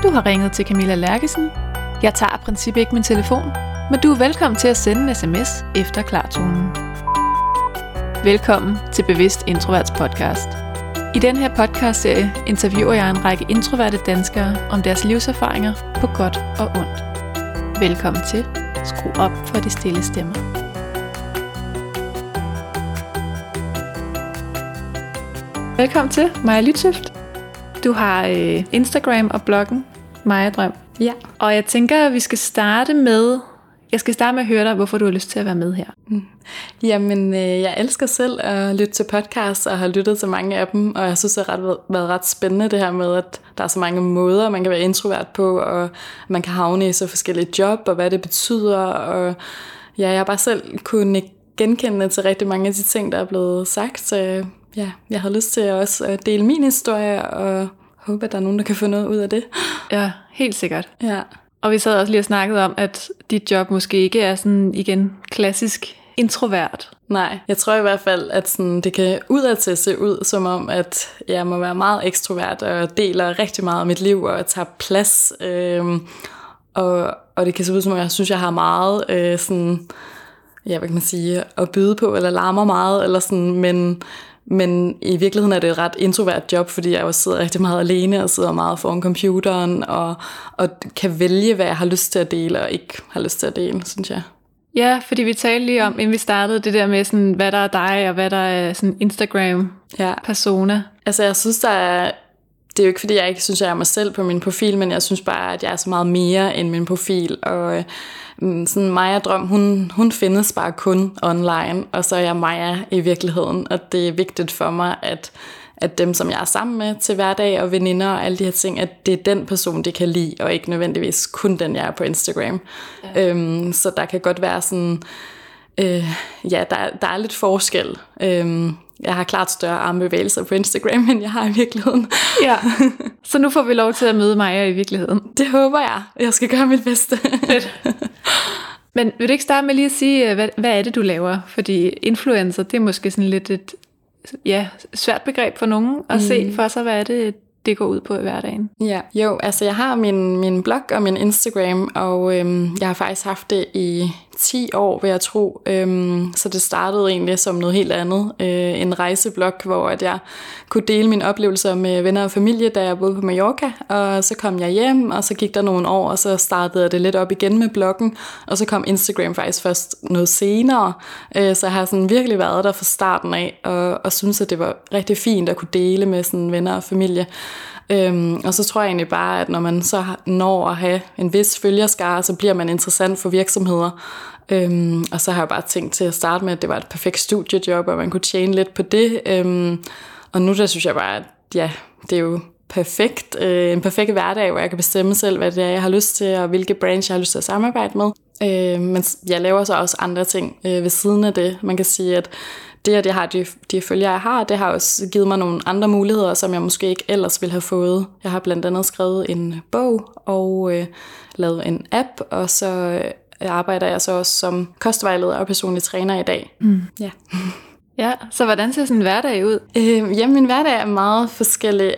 Du har ringet til Camilla Lærkesen. Jeg tager i princippet ikke min telefon, men du er velkommen til at sende en sms efter klartonen. Velkommen til Bevidst Introverts podcast. I den her podcastserie interviewer jeg en række introverte danskere om deres livserfaringer på godt og ondt. Velkommen til. Skru op for de stille stemmer. Velkommen til, Maja Lytøft. Du har Instagram og bloggen Maja Drøm. Ja. Og jeg tænker, at vi skal starte med at høre dig, hvorfor du har lyst til at være med her. Jamen, jeg elsker selv at lytte til podcasts, og har lyttet til mange af dem, og jeg synes, det har været ret spændende det her med, at der er så mange måder, man kan være introvert på, og man kan havne i så forskellige job, og hvad det betyder, og ja, jeg har bare selv kunne genkende til rigtig mange af de ting, der er blevet sagt, så ja, jeg har lyst til også at dele min historie, og håber, at der er nogen, der kan få noget ud af det. Ja, helt sikkert. Ja. Og vi sad også lige og snakket om, at dit job måske ikke er sådan igen klassisk introvert. Nej, jeg tror i hvert fald, at sådan, det kan udadtil se ud som om, at jeg må være meget ekstrovert og deler rigtig meget af mit liv og tager plads. Og det kan se ud som om, jeg synes, jeg har meget sådan, ja, hvad kan man sige, at byde på, eller larmer meget, eller sådan, men i virkeligheden er det et ret introvert job, fordi jeg også sidder rigtig meget alene og sidder meget foran computeren og kan vælge, hvad jeg har lyst til at dele og ikke har lyst til at dele, synes jeg. Ja, fordi vi talte lige om, inden vi startede, det der med, sådan, hvad der er dig, og hvad der er sådan Instagram-persona. Ja. Altså jeg synes, det er jo ikke, fordi jeg ikke synes, jeg er mig selv på min profil, men jeg synes bare, at jeg er så meget mere end min profil, og sådan Maja Drøm, hun findes bare kun online, og så er jeg Maja i virkeligheden, og det er vigtigt for mig, at dem, som jeg er sammen med til hverdag og veninder og alle de her ting, at det er den person, de kan lide, og ikke nødvendigvis kun den, jeg er på Instagram. Ja. Så der kan godt være sådan, ja, der er lidt forskel. Jeg har klart større armbevægelser på Instagram, end jeg har i virkeligheden. Ja, så nu får vi lov til at møde Maja i virkeligheden. Det håber jeg. Jeg skal gøre mit bedste. Men vil du ikke starte med lige at sige, hvad er det, du laver? Fordi influencer, det er måske sådan lidt et svært begreb for nogen at se for sig, hvad er det går ud på i hverdagen. Ja, jo, altså jeg har min blog og min Instagram, og jeg har faktisk haft det i 10 år, vil jeg tro. Så det startede egentlig som noget helt andet. En rejseblog, hvor at jeg kunne dele mine oplevelser med venner og familie, da jeg boede på Mallorca. Og så kom jeg hjem, og så gik der nogle år, og så startede det lidt op igen med bloggen. Og så kom Instagram faktisk først noget senere. Så jeg har sådan virkelig været der fra starten af, og synes, at det var rigtig fint at kunne dele med sådan venner og familie. Og så tror jeg egentlig bare, at når man så når at have en vis følgerskare, så bliver man interessant for virksomheder. Og så har jeg bare tænkt til at starte med, at det var et perfekt studiejob, og man kunne tjene lidt på det. Og nu der synes jeg bare, at ja, det er jo perfekt. En perfekt hverdag, hvor jeg kan bestemme selv, hvad det er, jeg har lyst til, og hvilke brands jeg har lyst til at samarbejde med. Men jeg laver så også andre ting ved siden af det. Man kan sige, at det, at jeg har de følgere, jeg har, det har også givet mig nogle andre muligheder, som jeg måske ikke ellers ville have fået. Jeg har blandt andet skrevet en bog og lavet en app, og så arbejder jeg så også som kostvejleder og personlig træner i dag. Ja. Ja, så hvordan ser sådan en hverdag ud? Jamen, min hverdag er meget forskellig.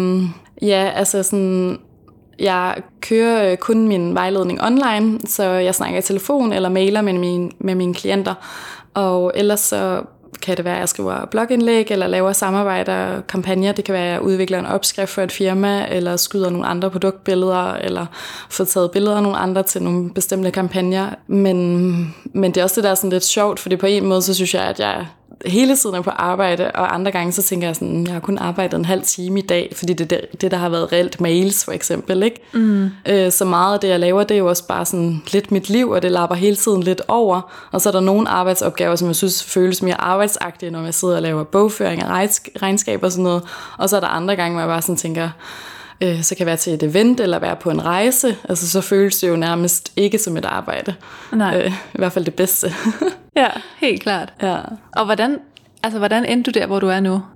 Ja, altså sådan, jeg kører kun min vejledning online, så jeg snakker i telefon eller mailer med mine klienter, og ellers så kan det være, at jeg skriver blogindlæg eller laver samarbejder, kampagner. Det kan være, at jeg udvikler en opskrift for et firma, eller skyder nogle andre produktbilleder, eller får taget billeder af nogle andre til nogle bestemte kampagner. Men det er også det, der er sådan lidt sjovt, fordi på en måde, så synes jeg, at jeg hele tiden er på arbejde, og andre gange, så tænker jeg sådan, jeg har kun arbejdet en halv time i dag, fordi det der har været reelt mails, for eksempel, ikke? Så meget af det, jeg laver, det er jo også bare sådan lidt mit liv, og det lapper hele tiden lidt over, og så er der nogle arbejdsopgaver, som jeg synes føles mere arbejdsagtige, når jeg sidder og laver bogføring og regnskab og sådan noget, og så er der andre gange, hvor jeg bare sådan tænker, så kan jeg være til et event eller være på en rejse, altså så føles det jo nærmest ikke som et arbejde. Nej. I hvert fald det bedste. Ja, helt klart. Ja. Og hvordan endte du der, hvor du er nu?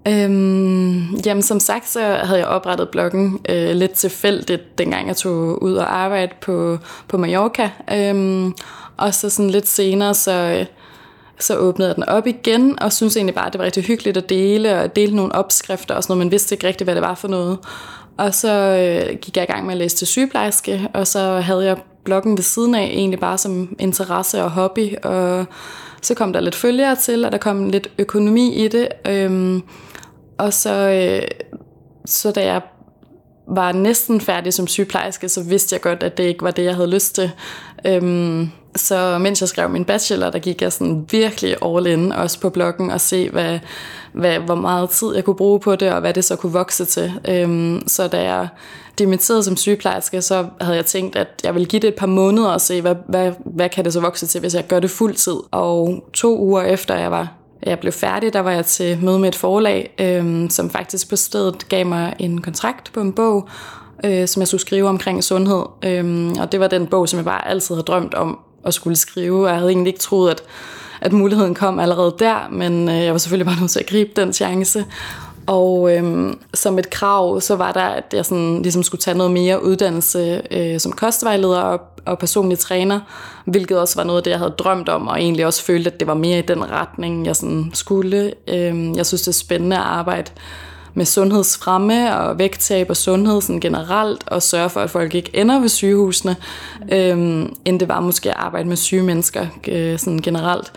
Jamen som sagt, så havde jeg oprettet bloggen lidt tilfældigt, dengang jeg tog ud og arbejde på Mallorca. Og så sådan lidt senere, Så åbnede jeg den op igen, og synes egentlig bare, at det var rigtig hyggeligt at dele, og dele nogle opskrifter og sådan noget, men vidste ikke rigtigt, hvad det var for noget. Og så gik jeg i gang med at læse til sygeplejerske, og så havde jeg bloggen ved siden af, egentlig bare som interesse og hobby, og så kom der lidt følgere til, og der kom lidt økonomi i det, og så da jeg var næsten færdig som sygeplejerske, så vidste jeg godt, at det ikke var det, jeg havde lyst til. Så mens jeg skrev min bachelor, der gik jeg sådan virkelig all in, også på bloggen, og se, hvor meget tid jeg kunne bruge på det, og hvad det så kunne vokse til. Så da jeg dimitterede som sygeplejerske, så havde jeg tænkt, at jeg ville give det et par måneder og se, hvad kan det så vokse til, hvis jeg gør det fuld tid. Og 2 uger efter jeg blev færdig, der var jeg til møde med et forlag, som faktisk på stedet gav mig en kontrakt på en bog, som jeg skulle skrive omkring sundhed. Og det var den bog, som jeg bare altid havde drømt om at skulle skrive. Jeg havde egentlig ikke troet, at muligheden kom allerede der, men jeg var selvfølgelig bare nødt til at gribe den chance. Og som et krav, så var der, at jeg sådan, ligesom skulle tage noget mere uddannelse som kostvejleder og personlig træner, hvilket også var noget af det, jeg havde drømt om, og egentlig også følte, at det var mere i den retning, jeg sådan skulle. Jeg synes, det er spændende at arbejde med sundhedsfremme og vægttab og sundhed sådan generelt, og sørge for, at folk ikke ender ved sygehusene, end det var måske at arbejde med syge mennesker sådan generelt.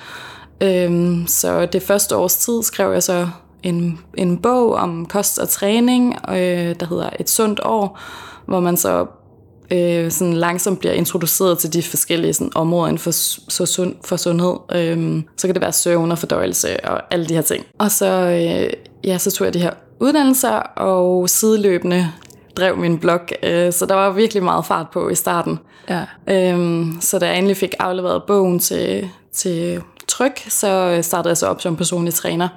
Så det første års tid skrev jeg så en bog om kost og træning, der hedder Et sundt år, hvor man så sådan langsomt bliver introduceret til de forskellige sådan, områder inden for sundhed. Så kan det være søvn og fordøjelse og alle de her ting. Og så, så tog jeg de her uddannelser, og sideløbende drev min blog, så der var virkelig meget fart på i starten. Ja. Så da jeg endelig fik afleveret bogen til tryk, så startede jeg så op som personlig træner,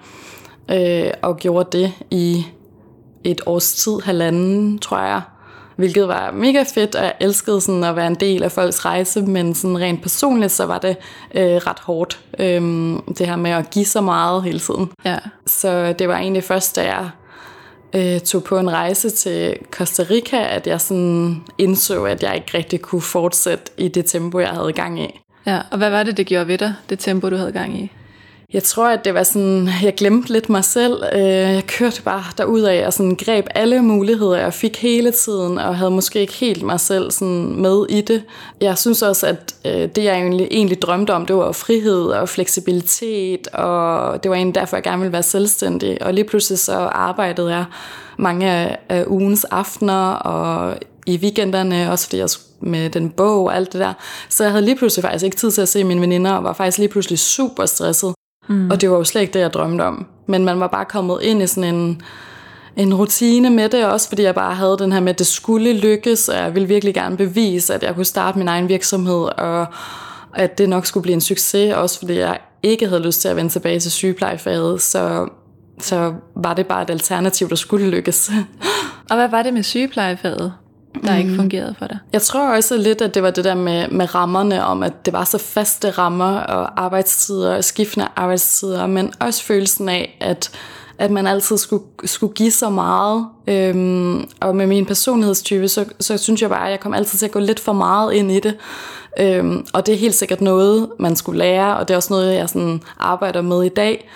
og gjorde det i et års tid, 1,5, tror jeg, hvilket var mega fedt, og jeg elskede sådan at være en del af folks rejse, men sådan rent personligt, så var det ret hårdt, det her med at give så meget hele tiden. Ja. Så det var egentlig først, da jeg tog på en rejse til Costa Rica, at jeg sådan indså, at jeg ikke rigtig kunne fortsætte i det tempo, jeg havde gang i. Ja, og hvad var det gjorde ved dig, det tempo, du havde gang i? Jeg tror, at det var sådan, jeg glemte lidt mig selv. Jeg kørte bare derudad og sådan greb alle muligheder, jeg fik hele tiden, og havde måske ikke helt mig selv sådan med i det. Jeg synes også, at det, jeg egentlig drømte om, det var frihed og fleksibilitet, og det var egentlig derfor, jeg gerne ville være selvstændig. Og lige pludselig så arbejdede jeg mange af ugens aftener, og i weekenderne, også fordi jeg med den bog og alt det der. Så jeg havde lige pludselig faktisk ikke tid til at se mine veninder, og var faktisk lige pludselig super stresset. Og det var jo slet ikke det, jeg drømte om. Men man var bare kommet ind i sådan en rutine med det, også fordi jeg bare havde den her med, at det skulle lykkes, og jeg ville virkelig gerne bevise, at jeg kunne starte min egen virksomhed, og at det nok skulle blive en succes, også fordi jeg ikke havde lyst til at vende tilbage til sygeplejefaget, så var det bare et alternativ, der skulle lykkes. Og hvad var det med sygeplejefaget, der ikke fungerede for dig? Jeg tror også lidt, at det var det der med rammerne, om at det var så faste rammer og arbejdstider og skiftende arbejdstider, men også følelsen af, at man altid skulle give så meget. Og med min personlighedstype, så synes jeg bare, at jeg kom altid til at gå lidt for meget ind i det. Og det er helt sikkert noget, man skulle lære, og det er også noget, jeg sådan arbejder med i dag.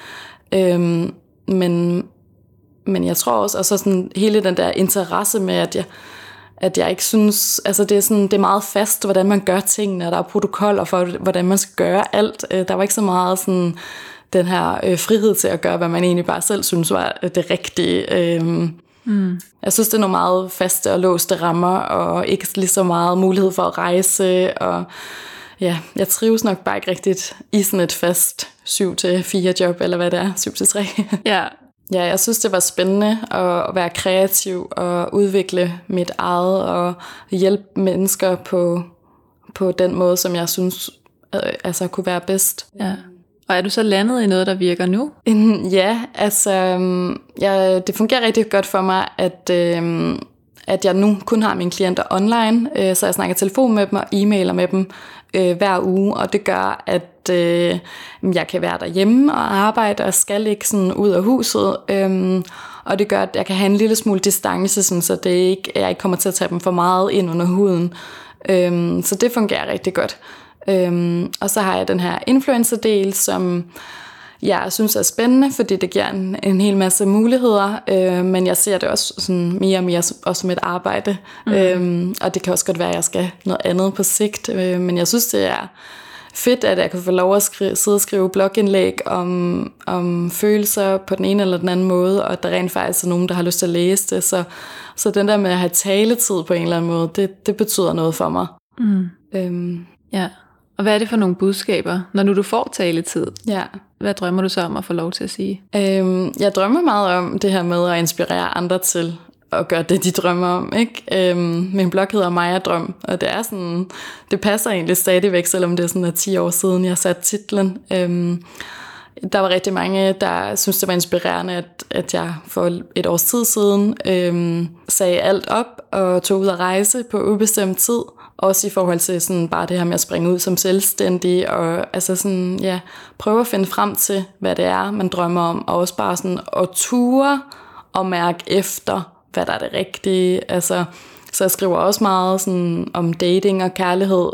Men jeg tror også, og så sådan hele den der interesse med, at jeg ikke synes, altså det er meget fast, hvordan man gør tingene, og der er protokoller for, hvordan man skal gøre alt. Der var ikke så meget sådan den her frihed til at gøre, hvad man egentlig bare selv synes var det rigtige. Jeg synes, det er nogle meget faste og låste rammer, og ikke lige så meget mulighed for at rejse, og ja, jeg trives nok bare ikke rigtigt i sådan et fast 7-4 job, eller hvad det er, 7-3. Ja. Ja, jeg synes, det var spændende at være kreativ og udvikle mit eget og hjælpe mennesker på den måde, som jeg synes altså kunne være bedst. Ja. Og er du så landet i noget, der virker nu? Ja, altså det fungerer rigtig godt for mig, at jeg nu kun har mine klienter online, så jeg snakker telefon med dem og e-mailer med dem hver uge, og det gør, at jeg kan være derhjemme og arbejde, og skal ikke sådan ud af huset, og det gør, at jeg kan have en lille smule distance, sådan, så jeg ikke kommer til at tage dem for meget ind under huden. Så det fungerer rigtig godt. Og så har jeg den her influencer-del, som jeg synes er spændende, fordi det giver en hel masse muligheder, men jeg ser det også sådan mere og mere også som et arbejde. Og det kan også godt være, at jeg skal noget andet på sigt, men jeg synes, det er fedt, at jeg kan få lov at sidde og skrive blogindlæg om følelser på den ene eller den anden måde, og at der rent faktisk er nogen, der har lyst til at læse det. Så den der med at have taletid på en eller anden måde, det betyder noget for mig. Ja. Og hvad er det for nogle budskaber, når nu du får taletid? Ja. Hvad drømmer du så om at få lov til at sige? Jeg drømmer meget om det her med at inspirere andre til at gøre det, de drømmer om, ikke? Min blog hedder Maja Drøm, og det er sådan, det passer egentlig stadigvæk, selvom det er sådan 10 år siden, jeg satte titlen. Der var rigtig mange, der synes det var inspirerende, at jeg for et års tid siden sagde alt op og tog ud at rejse på ubestemt tid. Også i forhold til sådan bare det her med at springe ud som selvstændig, og altså sådan, ja, prøve at finde frem til, hvad det er, man drømmer om, og også bare sådan at ture og mærke efter, hvad der er det rigtige. Altså, så jeg skriver også meget sådan om dating og kærlighed,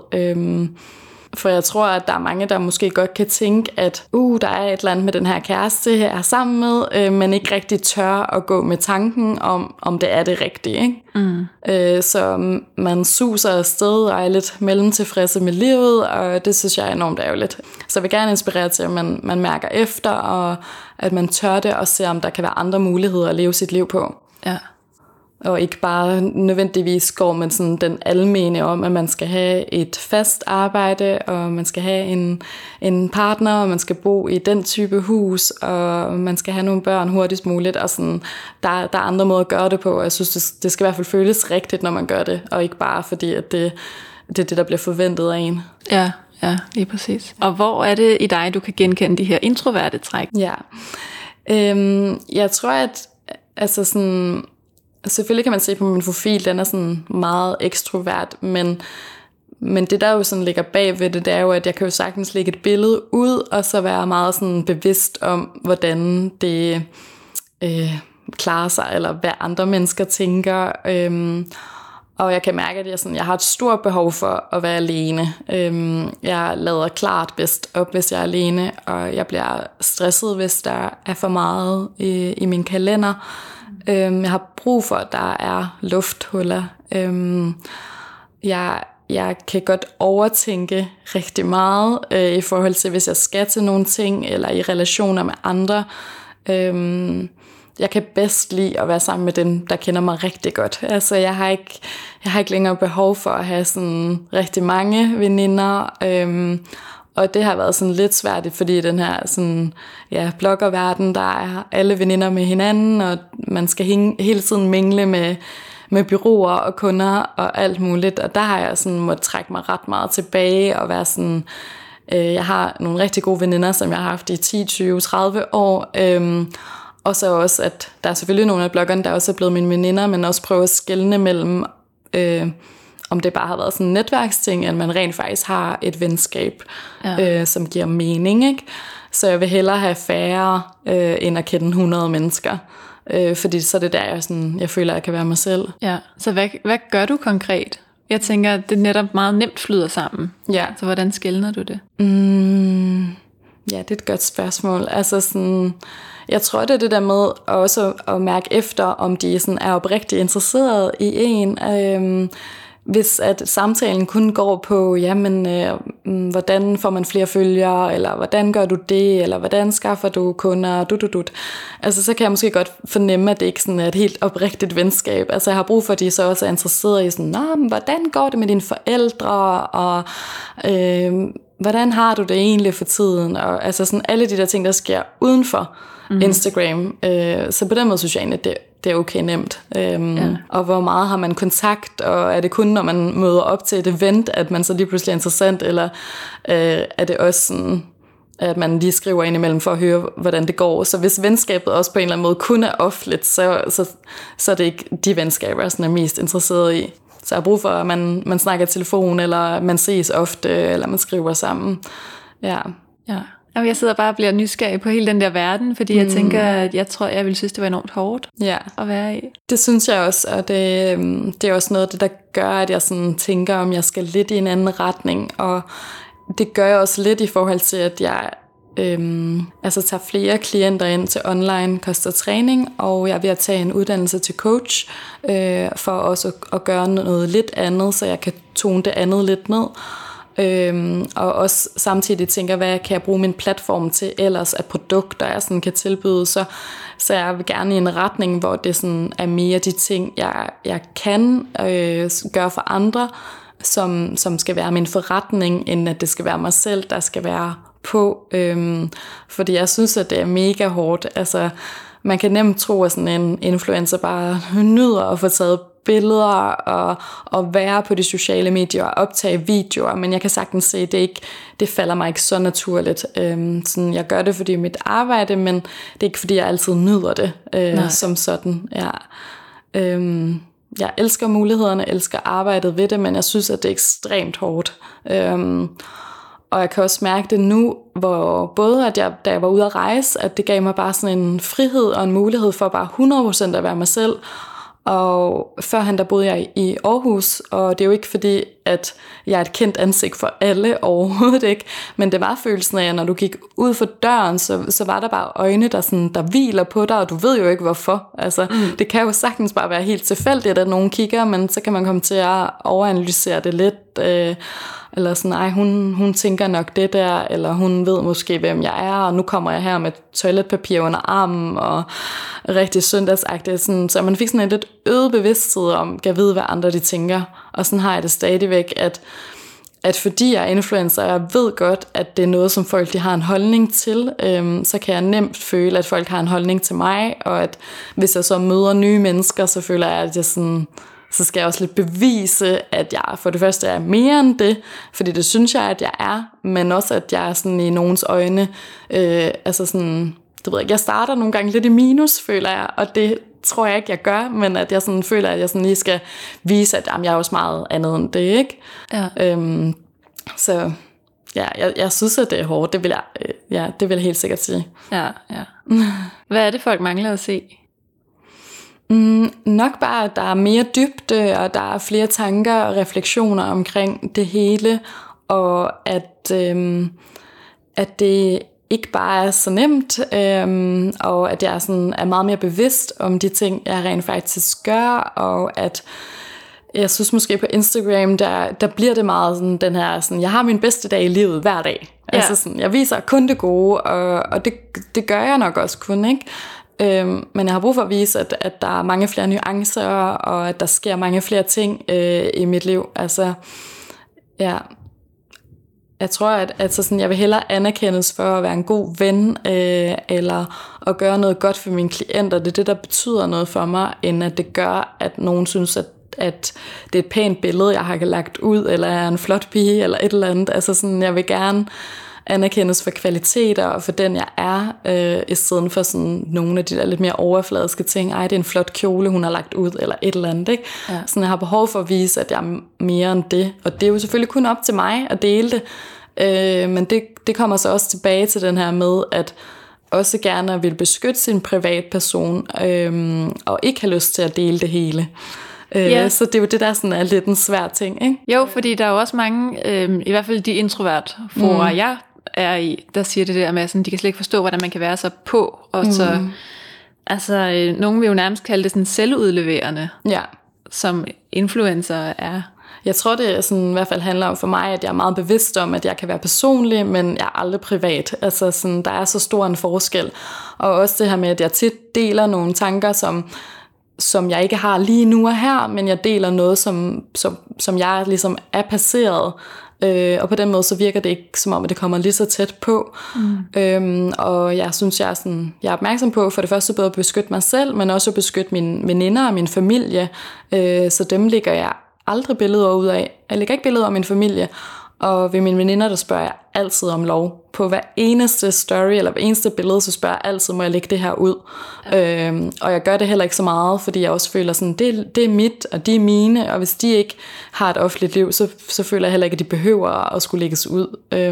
for jeg tror, at der er mange, der måske godt kan tænke, at der er et eller andet med den her kæreste, jeg er sammen med, men ikke rigtig tør at gå med tanken om det er det rigtige. Ikke? Så man suser afsted og er lidt mellemtilfredse med livet, og det synes jeg er enormt ærgerligt. Så jeg vil gerne inspirere til, at man mærker efter, og at man tør det og ser, om der kan være andre muligheder at leve sit liv på. Ja. Og ikke bare nødvendigvis går man sådan den almene om, at man skal have et fast arbejde, og man skal have en partner, og man skal bo i den type hus, og man skal have nogle børn hurtigst muligt, og sådan, der er andre måder at gøre det på, og jeg synes, det skal i hvert fald føles rigtigt, når man gør det, og ikke bare fordi, at det er det, der bliver forventet af en. Ja, lige præcis. Og hvor er det i dig, du kan genkende de her introverte træk? Ja, jeg tror, at altså sådan... Selvfølgelig kan man se på min profil, den er sådan meget ekstrovert, men det der jo sådan ligger bag ved det er jo, at jeg kan jo sagtens lægge et billede ud, og så være meget sådan bevidst om, hvordan det klarer sig, eller hvad andre mennesker tænker. Og jeg kan mærke, at jeg har et stort behov for at være alene. Jeg lader klart bedst op, hvis jeg er alene, og jeg bliver stresset, hvis der er for meget i min kalender. Jeg har brug for, at der er lufthuller. Jeg kan godt overtænke rigtig meget i forhold til, hvis jeg skal til nogle ting, eller i relationer med andre. Jeg kan bedst lide at være sammen med dem, der kender mig rigtig godt. Altså, jeg har ikke længere behov for at have sådan rigtig mange veninder. Og det har været sådan lidt svært, fordi den her sådan, bloggerverden, der er alle veninder med hinanden, og man skal hele tiden mingle med bureauer og kunder og alt muligt. Og der har jeg sådan måttet trække mig ret meget tilbage og være sådan... Jeg har nogle rigtig gode veninder, som jeg har haft i 10, 20, 30 år. Og så også, at der er selvfølgelig nogle af bloggerne, der også er blevet mine veninder, men også prøve at skelne mellem... om det bare har været sådan en netværksting, at man rent faktisk har et venskab, som giver mening, ikke? Så jeg vil hellere have færre, end at kende 100 mennesker. Fordi så er det der, jeg føler, at jeg kan være mig selv. Ja, så hvad gør du konkret? Jeg tænker, at det netop meget nemt flyder sammen. Ja. Så hvordan skelner du det? Ja, det er et godt spørgsmål. Altså sådan... Jeg tror, det er det der med også at mærke efter, om de sådan er oprigtigt interesseret i en. Hvis at samtalen kun går på, hvordan får man flere følgere, eller hvordan gør du det, eller hvordan skaffer du kunder, Altså, så kan jeg måske godt fornemme, at det ikke sådan er et helt oprigtigt venskab. Altså, jeg har brug for, at de så også er interesseret i sådan, hvordan går det med dine forældre, og hvordan har du det egentlig for tiden, og altså sådan alle de der ting, der sker uden for Instagram. Så på den måde synes jeg egentlig, at det er okay nemt. Og hvor meget har man kontakt, og er det kun, når man møder op til et event, at man så lige pludselig er interessant, eller er det også sådan, at man lige skriver ind imellem for at høre, hvordan det går. Så hvis venskabet også på en eller anden måde kun er offentligt, så er det ikke de venskaber, jeg sådan er mest interesseret i. Så jeg har brug for, at man snakker i telefon, eller man ses ofte, eller man skriver sammen. Ja. Jeg sidder bare og bliver nysgerrig på hele den der verden, fordi jeg tænker, at jeg ville synes, det var enormt hårdt at være i. Det synes jeg også, og det er også noget af det, der gør, at jeg sådan tænker, om jeg skal lidt i en anden retning. Og det gør jeg også lidt i forhold til, at jeg tager flere klienter ind til online koster træning, og jeg er ved at tage en uddannelse til coach, for også at gøre noget lidt andet, så jeg kan tone det andet lidt ned. Og også samtidig tænker, hvad kan jeg bruge min platform til ellers af produkter, jeg sådan kan tilbyde. Så jeg vil gerne i en retning, hvor det sådan er mere de ting, jeg kan gøre for andre, som skal være min forretning, end at det skal være mig selv, der skal være på. Fordi jeg synes, at det er mega hårdt. Altså, man kan nemt tro, at sådan en influencer bare nyder at få taget billeder og være på de sociale medier og optage videoer, men jeg kan sagtens se, at det falder mig ikke så naturligt. Sådan, jeg gør det, fordi det er mit arbejde, men det er ikke, fordi jeg altid nyder det som sådan. Ja. Jeg elsker mulighederne, elsker arbejdet ved det, men jeg synes, at det er ekstremt hårdt. Og jeg kan også mærke det nu, hvor både at da jeg var ude at rejse, at det gav mig bare sådan en frihed og en mulighed for bare 100% at være mig selv. Og førhen der boede jeg i Aarhus, og det er jo ikke fordi, at jeg er et kendt ansigt for alle, overhovedet ikke. Men det var følelsen af, at når du gik ud for døren, så var der bare øjne, der hviler på dig, og du ved jo ikke hvorfor. Altså, det kan jo sagtens bare være helt tilfældigt, at nogen kigger, men så kan man komme til at overanalysere det lidt. Eller sådan, ej, hun tænker nok det der, eller hun ved måske, hvem jeg er, og nu kommer jeg her med toiletpapir under armen, og rigtig søndagsagtigt. Sådan, så man fik sådan en lidt øget bevidsthed om, kan vide, hvad andre de tænker. Og sådan har jeg det stadigvæk, at fordi jeg er influencer, og jeg ved godt, at det er noget, som folk de har en holdning til, så kan jeg nemt føle, at folk har en holdning til mig, og at hvis jeg så møder nye mennesker, så føler jeg, at jeg sådan... Så skal jeg også lidt bevise, at jeg for det første er mere end det, fordi det synes jeg, at jeg er, men også, at jeg er sådan i nogens øjne, altså sådan, det ved jeg, jeg starter nogle gange lidt i minus, føler jeg, og det tror jeg ikke, jeg gør, men at jeg sådan føler, at jeg sådan lige skal vise, at jamen, jeg er også meget andet end det, ikke? Ja. Så ja, jeg synes, at det er hårdt, det vil jeg helt sikkert sige. Ja. Hvad er det, folk mangler at se? Nok bare, at der er mere dybde, og der er flere tanker og refleksioner omkring det hele, og at det ikke bare er så nemt, og at jeg sådan er meget mere bevidst om de ting, jeg rent faktisk gør, og at jeg synes måske på Instagram, der bliver det meget sådan den her, sådan, jeg har min bedste dag i livet hver dag. Ja. Altså sådan, jeg viser kun det gode, og det gør jeg nok også kun, ikke? Men jeg har brug for at vise, at der er mange flere nuancer, og at der sker mange flere ting i mit liv. Altså, ja. Jeg tror, at sådan, jeg vil hellere anerkendes for at være en god ven, eller at gøre noget godt for mine klienter. Det er det, der betyder noget for mig, end at det gør, at nogen synes, at det er et pænt billede, jeg har lagt ud, eller jeg er en flot pige, eller et eller andet. Altså sådan, jeg vil gerne anerkendes for kvaliteter og for den jeg er, i stedet for sådan nogle af de der lidt mere overfladiske ting. Ej, det er en flot kjole, hun har lagt ud, eller et eller andet, ikke? Ja. Sådan, jeg har behov for at vise, at jeg er mere end det. Og det er jo selvfølgelig kun op til mig at dele det. Men det kommer så også tilbage til den her med, at også gerne vil beskytte sin privatperson, og ikke have lyst til at dele det hele. Yeah. Så det er jo det, der sådan er lidt en svær ting, ikke? Jo, fordi der er jo også mange, i hvert fald de introvert forer, jeg er i, der siger det der med, at de kan slet ikke forstå, hvordan man kan være så på, og så, altså, nogen vil jo nærmest kalde det sådan selvudleverende, som influencer er. Jeg tror, det sådan, i hvert fald handler om for mig, at jeg er meget bevidst om, at jeg kan være personlig, men jeg er aldrig privat. Altså, sådan, der er så stor en forskel. Og også det her med, at jeg tit deler nogle tanker, som jeg ikke har lige nu og her, men jeg deler noget, som jeg ligesom er passeret. Og på den måde, så virker det ikke som om, at det kommer lige så tæt på. Og jeg synes, jeg er opmærksom på, for det første både at beskytte mig selv, men også at beskytte mine veninder og min familie. Så dem lægger jeg aldrig billeder ud af. Jeg lægger ikke billeder af min familie. Og ved mine veninder, der spørger jeg altid om lov. På hver eneste story, eller hver eneste billede, så spørger jeg altid, må jeg lægge det her ud? Ja. Og jeg gør det heller ikke så meget, fordi jeg også føler sådan, det er mit, og de er mine, og hvis de ikke har et offentligt liv, så føler jeg heller ikke, at de behøver at skulle lægges ud.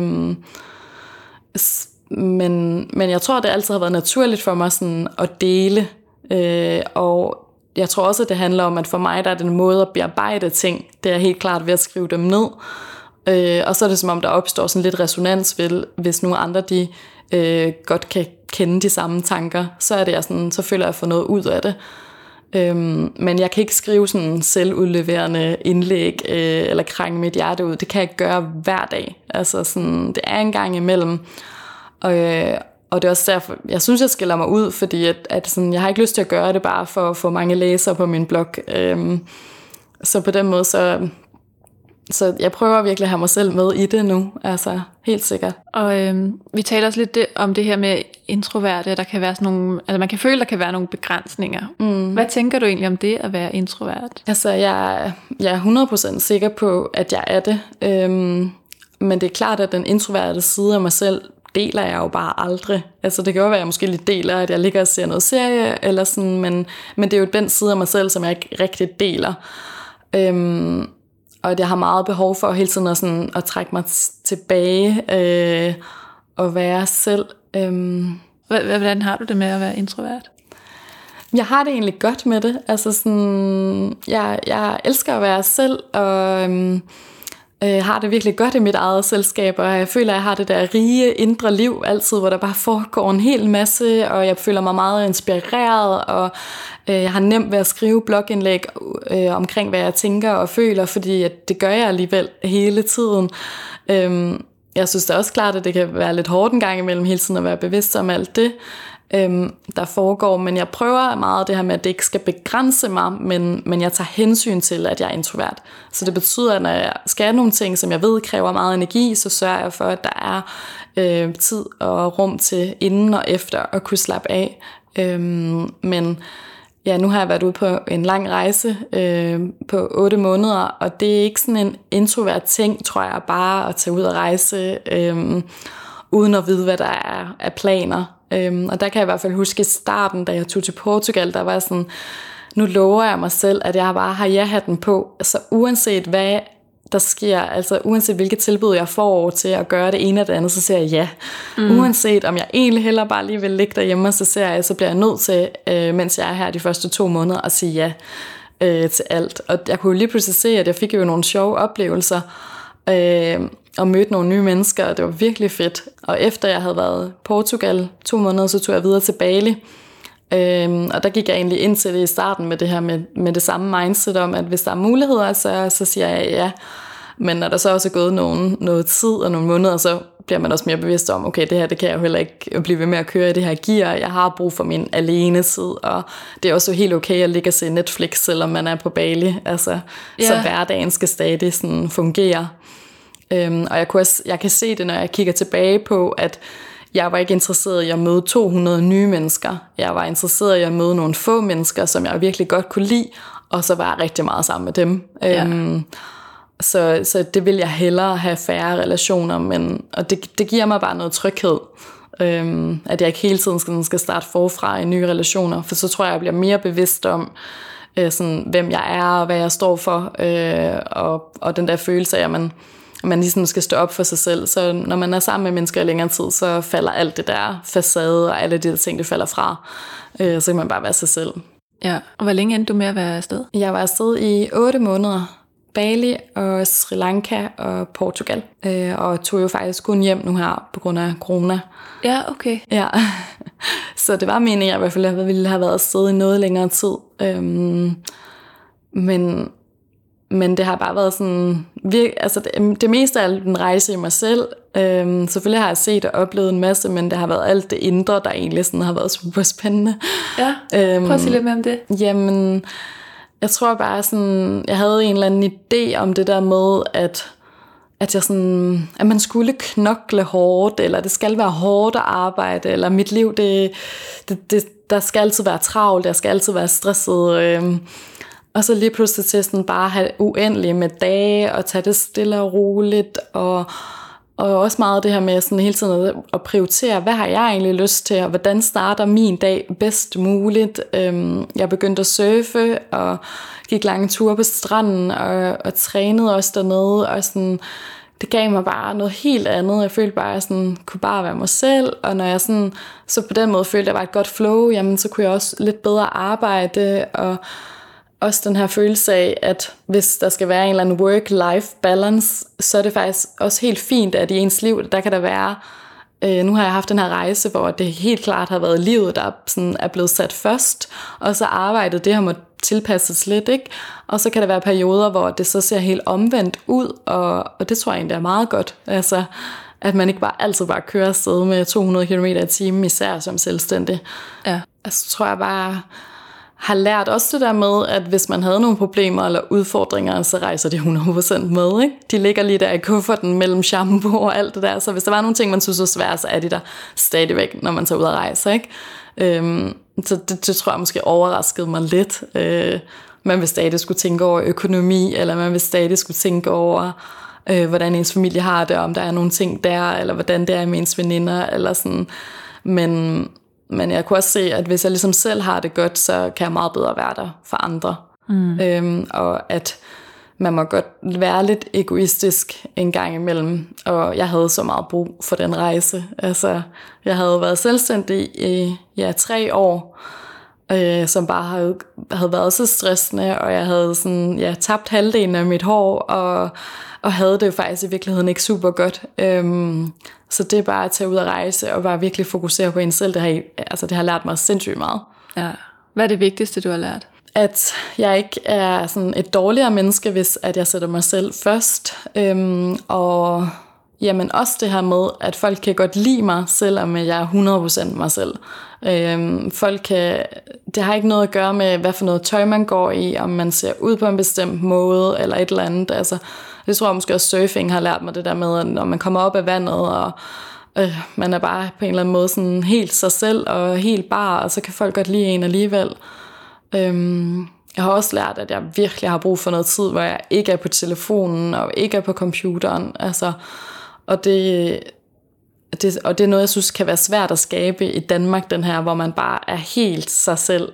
Men jeg tror, det altid har været naturligt for mig sådan at dele, og jeg tror også, at det handler om, at for mig, der er den måde at bearbejde ting, det er helt klart ved at skrive dem ned. Og så er det som om, der opstår sådan lidt resonans ved, hvis nogle andre de godt kan kende de samme tanker, så er det jeg sådan, så føler jeg får noget ud af det. Men jeg kan ikke skrive sådan selvudleverende indlæg eller krænge mit hjerte ud. Det kan jeg ikke gøre hver dag. Altså sådan, det er en gang imellem. Og det er også derfor, jeg synes, jeg skiller mig ud, fordi at sådan, jeg har ikke lyst til at gøre det bare for at få mange læsere på min blog. Så på den måde, så jeg prøver virkelig at have mig selv med i det nu, altså helt sikkert. Og vi taler også lidt om det her med introverte, der kan være sådan nogle, altså man kan føle, der kan være nogle begrænsninger. Hvad tænker du egentlig om det at være introvert? Altså jeg er 100% sikker på, at jeg er det. Men det er klart, at den introverte side af mig selv, deler jeg jo bare aldrig. Altså det kan jo være, at jeg måske lidt deler, at jeg ligger og ser noget serie, eller sådan, men det er jo den side af mig selv, som jeg ikke rigtig deler. Og jeg har meget behov for hele tiden at trække mig tilbage og være selv. Hvordan har du det med at være introvert? Jeg har det egentlig godt med det. Altså sådan, jeg elsker at være selv, og har det virkelig godt i mit eget selskab, og jeg føler, at jeg har det der rige indre liv altid, hvor der bare foregår en hel masse, og jeg føler mig meget inspireret, og jeg har nemt ved at skrive blogindlæg omkring, hvad jeg tænker og føler, fordi at det gør jeg alligevel hele tiden. Jeg synes da også klart, at det kan være lidt hårdt en gang imellem hele tiden at være bevidst om alt det, der foregår, men jeg prøver meget det her med, at det ikke skal begrænse mig, men jeg tager hensyn til, at jeg er introvert. Så det betyder, at når jeg skal nogle ting, som jeg ved kræver meget energi, så sørger jeg for, at der er tid og rum til inden og efter at kunne slappe af. Men ja, nu har jeg været ude på en lang rejse på 8 måneder, og det er ikke sådan en introvert ting, tror jeg, bare at tage ud og rejse, uden at vide, hvad der er af planer. Og der kan jeg i hvert fald huske i starten, da jeg tog til Portugal, der var sådan, nu lover jeg mig selv, at jeg bare har ja-hatten på. Altså uanset hvad der sker, altså uanset hvilket tilbud jeg får til at gøre det ene eller det andet, så siger jeg ja. Uanset om jeg egentlig heller bare lige vil ligge derhjemme, så bliver jeg nødt til, mens jeg er her de første 2 måneder, at sige ja til alt. Og jeg kunne jo lige pludselig se, at jeg fik jo nogle sjove oplevelser, og mødte nogle nye mennesker, og det var virkelig fedt. Og efter jeg havde været i Portugal 2 måneder, så tog jeg videre til Bali. Og der gik jeg egentlig ind til det i starten med det her med det samme mindset om, at hvis der er muligheder, så siger jeg ja. Men når der så også er gået noget tid og nogle måneder, så bliver man også mere bevidst om, okay, det her, det kan jeg jo heller ikke blive ved med at køre i det her gear. Jeg har brug for min alenetid, og det er også helt okay at ligge og se Netflix, selvom man er på Bali. Altså, så hverdagen skal stadig sådan fungere. Og jeg kan se det, når jeg kigger tilbage på, at jeg var ikke interesseret i at møde 200 nye mennesker. Jeg var interesseret i at møde nogle få mennesker, som jeg virkelig godt kunne lide, og så var jeg rigtig meget sammen med dem. Så det vil jeg hellere have færre relationer, og det giver mig bare noget tryghed, at jeg ikke hele tiden skal starte forfra i nye relationer, for så tror jeg bliver mere bevidst om, sådan, hvem jeg er og hvad jeg står for, og den der følelse af, at man ligesom skal stå op for sig selv. Så når man er sammen med mennesker i længere tid, så falder alt det der facade og alle de der ting, det falder fra. Så kan man bare være sig selv. Ja, og hvor længe endte du med at være afsted? Jeg var afsted i 8 måneder. Bali og Sri Lanka og Portugal. Og tog jo faktisk kun hjem nu her på grund af corona. Ja, okay. Ja, så det var meningen, at jeg i hvert fald ville have været afsted i noget længere tid. Men det har bare været sådan, altså det meste af den rejse i mig selv. Selvfølgelig har jeg set og oplevet en masse, men det har været alt det indre, der egentlig sådan har været super spændende. Ja, prøv at sige lidt mere om det. Jamen, jeg tror bare sådan, jeg havde en eller anden idé om det der med, at man skulle knokle hårdt, eller det skal være hårdt at arbejde, eller mit liv, der skal altid være travlt, jeg skal altid være stresset. Og så lige pludselig til sådan bare have uendelige med dage, og tage det stille og roligt, og også meget det her med sådan hele tiden at prioritere, hvad har jeg egentlig lyst til, og hvordan starter min dag bedst muligt. Jeg begyndte at surfe, og gik lange ture på stranden, og trænede også dernede, og sådan, det gav mig bare noget helt andet. Jeg følte bare, at jeg sådan, kunne bare være mig selv, og når jeg sådan, så på den måde følte, at jeg var et godt flow, jamen så kunne jeg også lidt bedre arbejde, og også den her følelse af, at hvis der skal være en eller anden work-life balance, så er det faktisk også helt fint, at i ens liv, der kan der være, nu har jeg haft den her rejse, hvor det helt klart har været livet, der sådan er blevet sat først, og så arbejdet, det har måttet tilpasses lidt, ikke? Og så kan der være perioder, hvor det så ser helt omvendt ud, og det tror jeg egentlig er meget godt, altså at man ikke altid bare kører afsted med 200 km i timen, især som selvstændig. Ja. Altså tror jeg bare har lært også det der med, at hvis man havde nogle problemer eller udfordringer, så rejser de 100% med, ikke? De ligger lige der i kufferten mellem shampoo og alt det der, så hvis der var nogle ting, man synes var svært, så er de der stadigvæk, når man tager ud og rejser, ikke? Så det tror jeg måske overraskede mig lidt. Man vil stadig skulle tænke over økonomi, eller man vil stadig skulle tænke over, hvordan ens familie har det, om der er nogle ting der, eller hvordan det er med ens veninder, eller sådan. Men jeg kunne også se, at hvis jeg ligesom selv har det godt, så kan jeg meget bedre være der for andre. Og at man må godt være lidt egoistisk en gang imellem. Og jeg havde så meget brug for den rejse. Altså, jeg havde været selvstændig i 3 år, som bare havde været så stressende, og jeg havde sådan, tabt halvdelen af mit hår, og havde det jo faktisk i virkeligheden ikke super godt. Så det er bare at tage ud og rejse, og bare virkelig fokusere på en selv, det har lært mig sindssygt meget. Ja. Hvad er det vigtigste, du har lært? At jeg ikke er sådan et dårligere menneske, hvis at jeg sætter mig selv først. Og jamen også det her med, at folk kan godt lide mig, selvom jeg er 100% mig selv. Det har ikke noget at gøre med, hvad for noget tøj man går i, om man ser ud på en bestemt måde, eller et eller andet. Altså, det tror jeg måske også surfing har lært mig, det der med, at når man kommer op af vandet, og man er bare på en eller anden måde sådan helt sig selv, og helt bar, og så kan folk godt lide en alligevel. Jeg har også lært, at jeg virkelig har brug for noget tid, hvor jeg ikke er på telefonen, og ikke er på computeren. Altså, og det er noget, jeg synes kan være svært at skabe i Danmark, den her, hvor man bare er helt sig selv.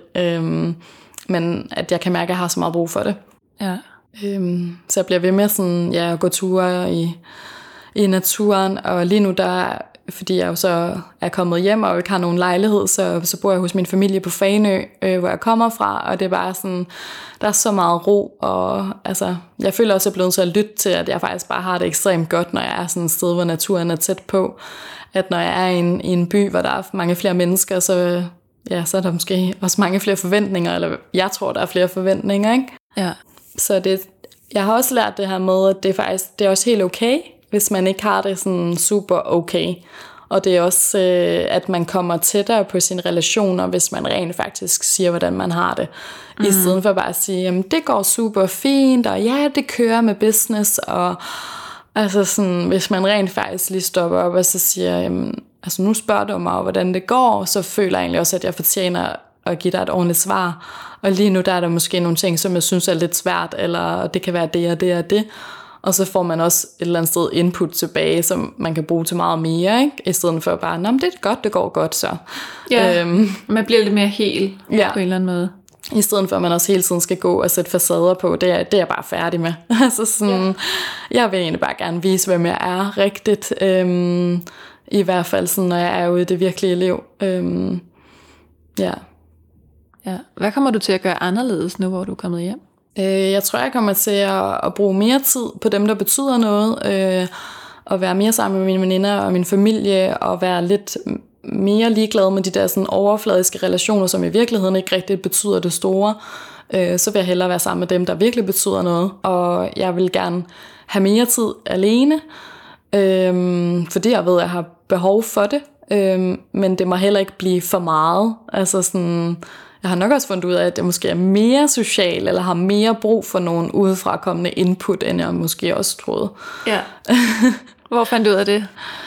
Men at jeg kan mærke, at jeg har så meget brug for det. Ja. Så jeg bliver ved med sådan, at gå ture i naturen, og lige nu fordi jeg jo så er kommet hjem og ikke har nogen lejlighed, så bor jeg hos min familie på Fanø, hvor jeg kommer fra, og det er bare sådan, der er så meget ro, og altså, jeg føler også, at jeg er blevet så at lytte til, at jeg faktisk bare har det ekstremt godt, når jeg er sådan et sted, hvor naturen er tæt på, at når jeg er i en by, hvor der er mange flere mennesker, så er der måske også mange flere forventninger, eller jeg tror, der er flere forventninger, ikke? Ja. Så jeg har også lært det her med, at det er også helt okay, hvis man ikke har det sådan super okay. Og det er også, at man kommer tættere på sine relationer, hvis man rent faktisk siger, hvordan man har det. I stedet for bare at sige, jamen det går super fint, og ja, det kører med business. Og altså sådan, hvis man rent faktisk lige stopper op og så siger, jamen, altså nu spørger du mig, hvordan det går, så føler jeg egentlig også, at jeg fortjener at give dig et ordentligt svar. Og lige nu der er der måske nogle ting, som jeg synes er lidt svært, eller det kan være det og det og det. Og så får man også et eller andet sted input tilbage, som man kan bruge til meget mere, ikke? I stedet for bare, det er godt, det går godt så. Ja, man bliver lidt mere hel på en eller anden måde. I stedet for, at man også hele tiden skal gå og sætte facader på, det er jeg bare færdig med. Altså sådan, jeg vil egentlig bare gerne vise, hvem jeg er rigtigt. I hvert fald, sådan, når jeg er ude i det virkelige liv. Ja. Hvad kommer du til at gøre anderledes nu, hvor du er kommet hjem? Jeg tror, jeg kommer til at bruge mere tid på dem, der betyder noget, og være mere sammen med mine veninder og min familie, og være lidt mere ligeglad med de der sådan overfladiske relationer, som i virkeligheden ikke rigtig betyder det store. Så vil jeg hellere være sammen med dem, der virkelig betyder noget, og jeg vil gerne have mere tid alene, fordi jeg ved, at jeg har behov for det, men det må heller ikke blive for meget. Altså sådan, jeg har nok også fundet ud af, at jeg måske er mere social, eller har mere brug for nogen udefra kommende input, end jeg måske også troede. Ja. Hvor fandt du ud af det?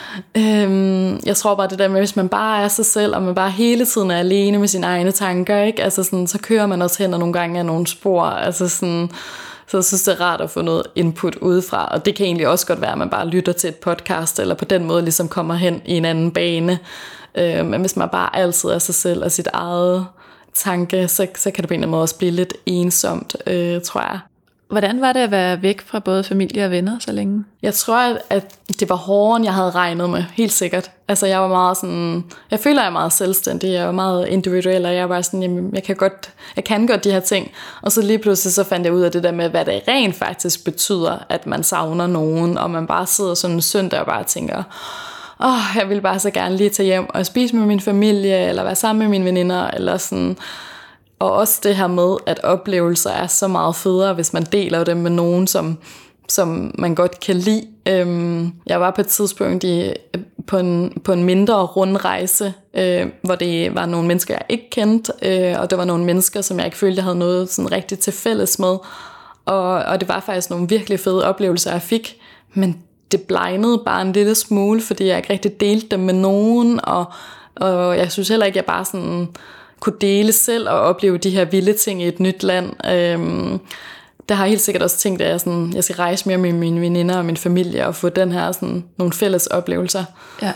Jeg tror bare det der med, hvis man bare er sig selv, og man bare hele tiden er alene med sine egne tanker, ikke? Altså sådan, så kører man også hen og nogle gange af nogle spor. Altså sådan, så jeg synes, det er rart at få noget input udefra, og det kan egentlig også godt være, at man bare lytter til et podcast, eller på den måde ligesom kommer hen i en anden bane. Men hvis man bare altid er sig selv og sit eget tanke, så kan det på en eller anden måde også blive lidt ensomt, tror jeg. Hvordan var det at være væk fra både familie og venner så længe? Jeg tror, at det var hårdere, end jeg havde regnet med, helt sikkert. Altså jeg var meget sådan, jeg føler, jeg er meget selvstændig, jeg var meget individuel, og jeg var sådan, jamen, jeg kan godt de her ting. Og så lige pludselig så fandt jeg ud af det der med, hvad det rent faktisk betyder, at man savner nogen, og man bare sidder sådan en søndag og bare tænker, jeg vil bare så gerne lige tage hjem og spise med min familie, eller være sammen med mine veninder, eller sådan. Og også det her med, at oplevelser er så meget federe, hvis man deler dem med nogen, som man godt kan lide. Jeg var på et tidspunkt på en mindre rundrejse, hvor det var nogle mennesker, jeg ikke kendte, og det var nogle mennesker, som jeg ikke følte, jeg havde noget sådan rigtigt til fælles med. Og det var faktisk nogle virkelig fede oplevelser, jeg fik, men det blegnede bare en lille smule, fordi jeg ikke rigtig delte dem med nogen, og jeg synes heller ikke, jeg bare sådan kunne dele selv og opleve de her vilde ting i et nyt land. Der har jeg helt sikkert også tænkt, at jeg skal rejse mere med mine veninder og min familie og få den her sådan nogle fælles oplevelser. Ja.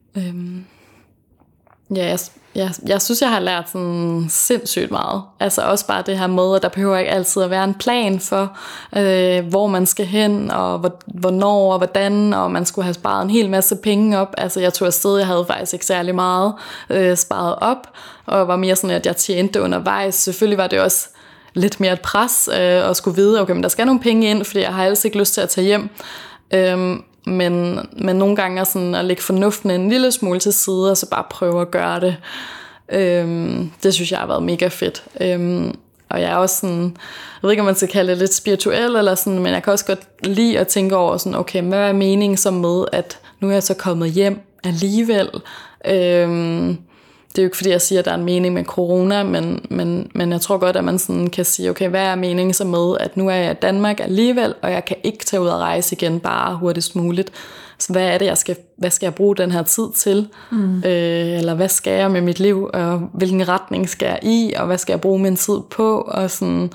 Jeg synes, jeg har lært sådan sindssygt meget. Altså også bare det her med, at der behøver ikke altid at være en plan for, hvor man skal hen, og hvornår og hvordan, og man skulle have sparet en hel masse penge op. Altså jeg tog afsted, jeg havde faktisk ikke særlig meget sparet op, og var mere sådan, at jeg tjente undervejs. Selvfølgelig var det også lidt mere et pres, og skulle vide, okay, men der skal nogle penge ind, fordi jeg har ellers ikke lyst til at tage hjem. Men nogle gange er sådan at lægge fornuften en lille smule til side, og så bare prøve at gøre det. Det synes jeg har været mega fedt. Og jeg er også sådan, jeg ved ikke, om man skal kalde det lidt spirituel, eller sådan, men jeg kan også godt lide at tænke over sådan, okay, hvad er meningen så med, at nu er jeg så kommet hjem alligevel? Det er jo ikke fordi, jeg siger, at der er en mening med corona, men jeg tror godt, at man sådan kan sige, okay, hvad er meningen så med, at nu er jeg i Danmark alligevel, og jeg kan ikke tage ud og rejse igen bare hurtigst muligt. Så hvad er det, hvad skal jeg bruge den her tid til? Eller hvad skal jeg med mit liv, og hvilken retning skal jeg i, og hvad skal jeg bruge min tid på? Og sådan.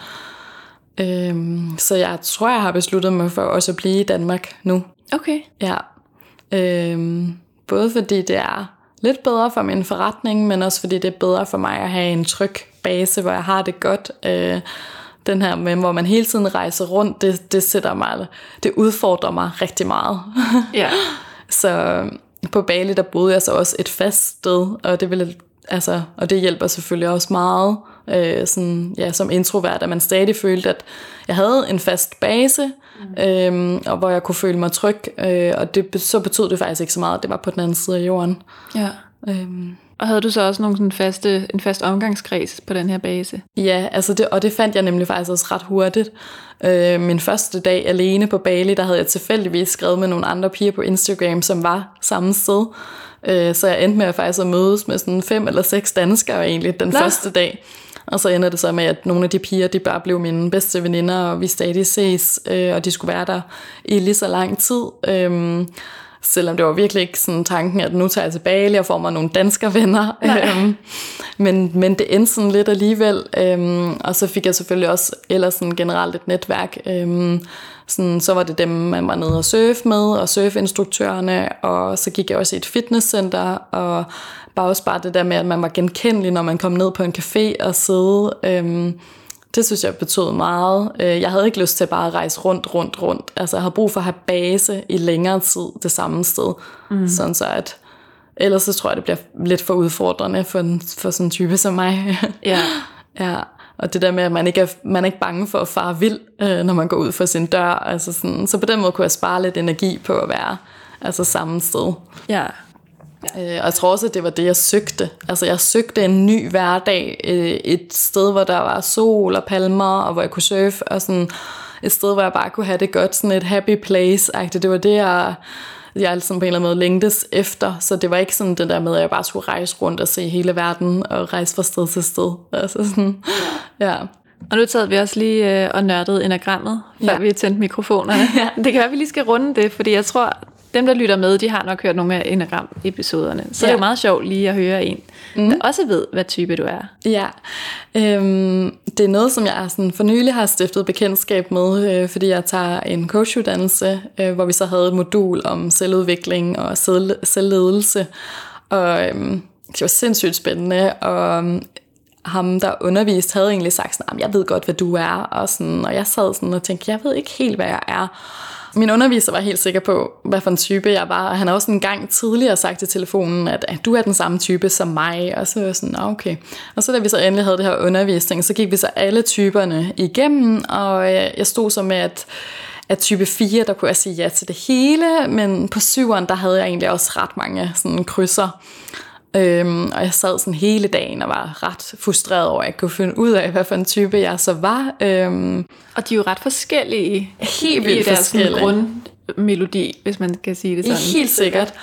Så jeg tror, jeg har besluttet mig for også at blive i Danmark nu. Okay. Ja. Både fordi det er lidt bedre for min forretning, men også fordi det er bedre for mig at have en tryg base, hvor jeg har det godt. Den her med, hvor man hele tiden rejser rundt, det udfordrer mig rigtig meget. Ja. Så på Bali, der boede jeg så også et fast sted, og det hjælper selvfølgelig også meget, som introvert, at man stadig følte, at jeg havde en fast base, og hvor jeg kunne føle mig tryg, og så betød det faktisk ikke så meget, at det var på den anden side af jorden. Ja. Og havde du så også nogle sådan en fast omgangskreds på den her base? Ja, altså det fandt jeg nemlig faktisk også ret hurtigt. Min første dag alene på Bali, der havde jeg tilfældigvis skrevet med nogle andre piger på Instagram, som var samme sted. Så jeg endte med faktisk at mødes med sådan 5 eller 6 danskere egentlig den første dag. Og så ender det så med, at nogle af de piger, de bare blev mine bedste veninder, og vi stadig ses, og de skulle være der i lige så lang tid. Selvom det var virkelig ikke sådan tanken, at nu tager jeg til Bali og får mig nogle danskervenner. Men det endte sådan lidt alligevel. Og så fik jeg selvfølgelig også ellers sådan generelt et netværk. Så var det dem, man var nede og surfe med, og surfeinstruktørerne. Og så gik jeg også i et fitnesscenter, og bare det der med, at man var genkendelig, når man kom ned på en café og sidde. Det synes jeg betød meget. Jeg havde ikke lyst til bare at rejse rundt. Altså jeg havde brug for at have base i længere tid det samme sted. Sådan så at ellers så tror jeg, det bliver lidt for udfordrende for sådan en type som mig. Ja. Og det der med, at man ikke er bange for at fare vild, når man går ud for sin dør. Altså sådan, så på den måde kunne jeg spare lidt energi på at være samme sted. Ja. Og jeg tror også, at det var det, jeg søgte. Altså jeg søgte en ny hverdag, et sted, hvor der var sol og palmer, og hvor jeg kunne surfe, og sådan et sted, hvor jeg bare kunne have det godt, sådan et happy place-agtigt. Det var det, jeg altså på en eller anden måde længtes efter, så det var ikke sådan det der med, at jeg bare skulle rejse rundt og se hele verden, og rejse fra sted til sted. Altså sådan, ja. Og nu tager vi også lige og nørdede enagrammet, før vi tændte mikrofonerne. Ja. Det kan være, at vi lige skal runde det, fordi jeg tror, dem, der lytter med, de har nok hørt nogle af enagram-episoderne. Så det er jo meget sjovt lige at høre en, der også ved, hvad type du er. Ja, det er noget, som jeg sådan for nylig har stiftet bekendtskab med, fordi jeg tager en coachuddannelse, hvor vi så havde et modul om selvudvikling og selvledelse. Og det var sindssygt spændende, og ham, der underviste, havde egentlig sagt sådan, jeg ved godt, hvad du er, og jeg sad sådan og tænkte, jeg ved ikke helt, hvad jeg er. Min underviser var helt sikker på, hvad for en type jeg var, og han har også en gang tidligere sagt i telefonen, at du er den samme type som mig, og så var jeg sådan, okay. Og så da vi så endelig havde det her undervisning, så gik vi så alle typerne igennem, og jeg stod så med, at type 4, der kunne jeg sige ja til det hele, men på 7'eren, der havde jeg egentlig også ret mange sådan krydser. Og jeg sad sådan hele dagen og var ret frustreret over, at jeg kunne finde ud af, hvad for en type jeg så var. Og de er jo ret forskellige helt vildt i deres forskellige. grundmelodi, hvis man kan sige det sådan. Helt sikkert.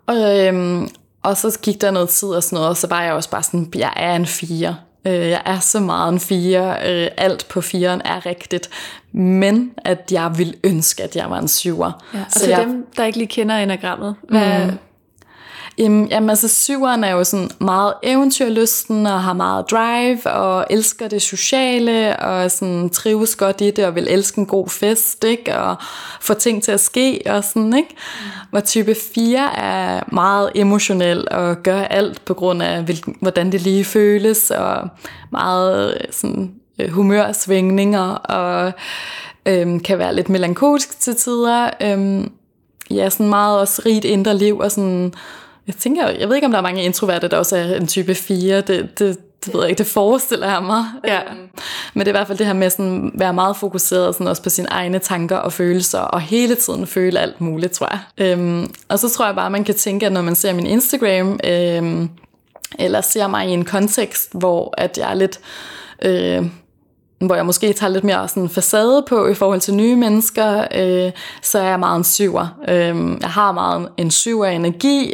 Og så gik der noget tid og sådan noget, og så var jeg også bare sådan, jeg er en 4. Jeg er så meget en 4. Alt på 4'eren er rigtigt. Men at jeg ville ønske, at jeg var en 7'er. Ja, og så til dem, der ikke lige kender enagrammet, hvad... Jamen altså 7'eren er jo sådan meget eventyrlysten og har meget drive og elsker det sociale og sådan trives godt i det og vil elske en god fest, ikke? Og få ting til at ske og sådan, ikke? Hvor type 4 er meget emotionel og gør alt på grund af hvordan det lige føles og meget sådan humørsvingninger og kan være lidt melankolsk til tider. Ja, sådan meget også rigt indre liv og sådan. Jeg ved ikke, om der er mange introverte, der også er en type 4. Det ved jeg ikke, det forestiller jeg mig. Ja. Men det er i hvert fald det her med sådan være meget fokuseret sådan også på sine egne tanker og følelser, og hele tiden føle alt muligt, tror jeg. Og så tror jeg bare, man kan tænke, at når man ser min Instagram, eller ser mig i en kontekst, hvor at jeg er lidt... hvor jeg måske tager lidt mere sådan facade på i forhold til nye mennesker, så er jeg meget en 7'er. Jeg har meget en 7'er energi.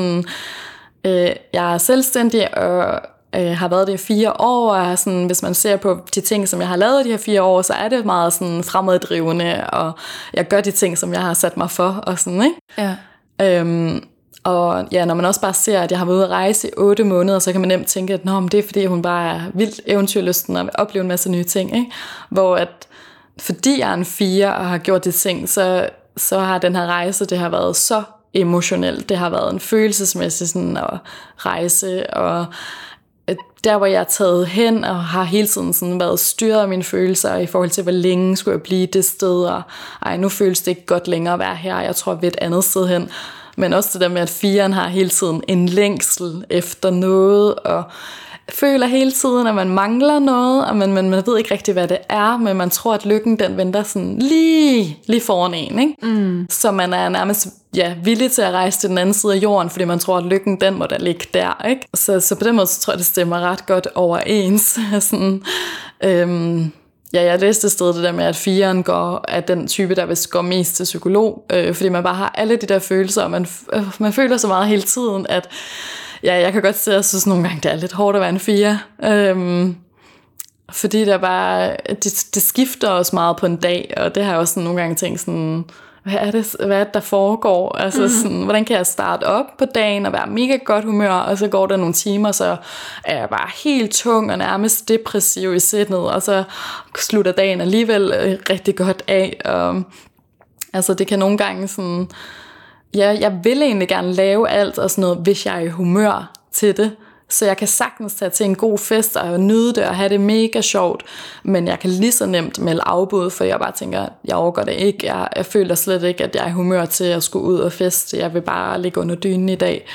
Jeg er selvstændig og har været det i 4 år, og sådan, hvis man ser på de ting, som jeg har lavet de her 4 år, så er det meget sådan fremaddrivende, og jeg gør de ting, som jeg har sat mig for, og sådan, ikke? Ja. Og ja, når man også bare ser, at jeg har været ude at rejse i 8 måneder, så kan man nemt tænke, at det er fordi, hun bare er vildt eventyrlysten og vil opleve en masse nye ting, ikke? Hvor at, fordi jeg er en 4 og har gjort de ting, så har den her rejse, det har været så emotionelt. Det har været en følelsesmæssig sådan at rejse, og der, hvor jeg er taget hen og har hele tiden sådan været styret af mine følelser i forhold til, hvor længe skulle jeg blive det sted, og nu føles det ikke godt længere at være her, jeg tror, vi er et andet sted hen. Men også det der med, at 4'eren har hele tiden en længsel efter noget, og føler hele tiden, at man mangler noget, og man ved ikke rigtig, hvad det er, men man tror, at lykken, den venter sådan lige foran en, ikke? Mm. Så man er nærmest villig til at rejse til den anden side af jorden, fordi man tror, at lykken, den må da ligge der, ikke? Så på den måde, så tror jeg, det stemmer ret godt overens. sådan, jeg læste et sted det der med, at 4'eren er den type, der vist går mest til psykolog, fordi man bare har alle de der følelser, og man føler så meget hele tiden, at jeg kan godt se, at jeg synes nogle gange, det er lidt hårdt at være en 4. Fordi der bare, det skifter også meget på en dag, og det har jeg også nogle gange tænkt sådan, hvad er det, der foregår? Altså sådan, hvordan kan jeg starte op på dagen og være mega godt humør, og så går der nogle timer, så er jeg bare helt tung og nærmest depressiv i sindet, og så slutter dagen alligevel rigtig godt af. Og, altså det kan nogle gange sådan, jeg vil egentlig gerne lave alt og sådan noget, hvis jeg er i humør til det. Så jeg kan sagtens tage til en god fest og nyde det og have det mega sjovt, men jeg kan lige så nemt melde afbud, for jeg bare tænker, jeg overgår det ikke. Jeg føler slet ikke, at jeg er i humør til at skulle ud og feste. Jeg vil bare ligge under dynen i dag.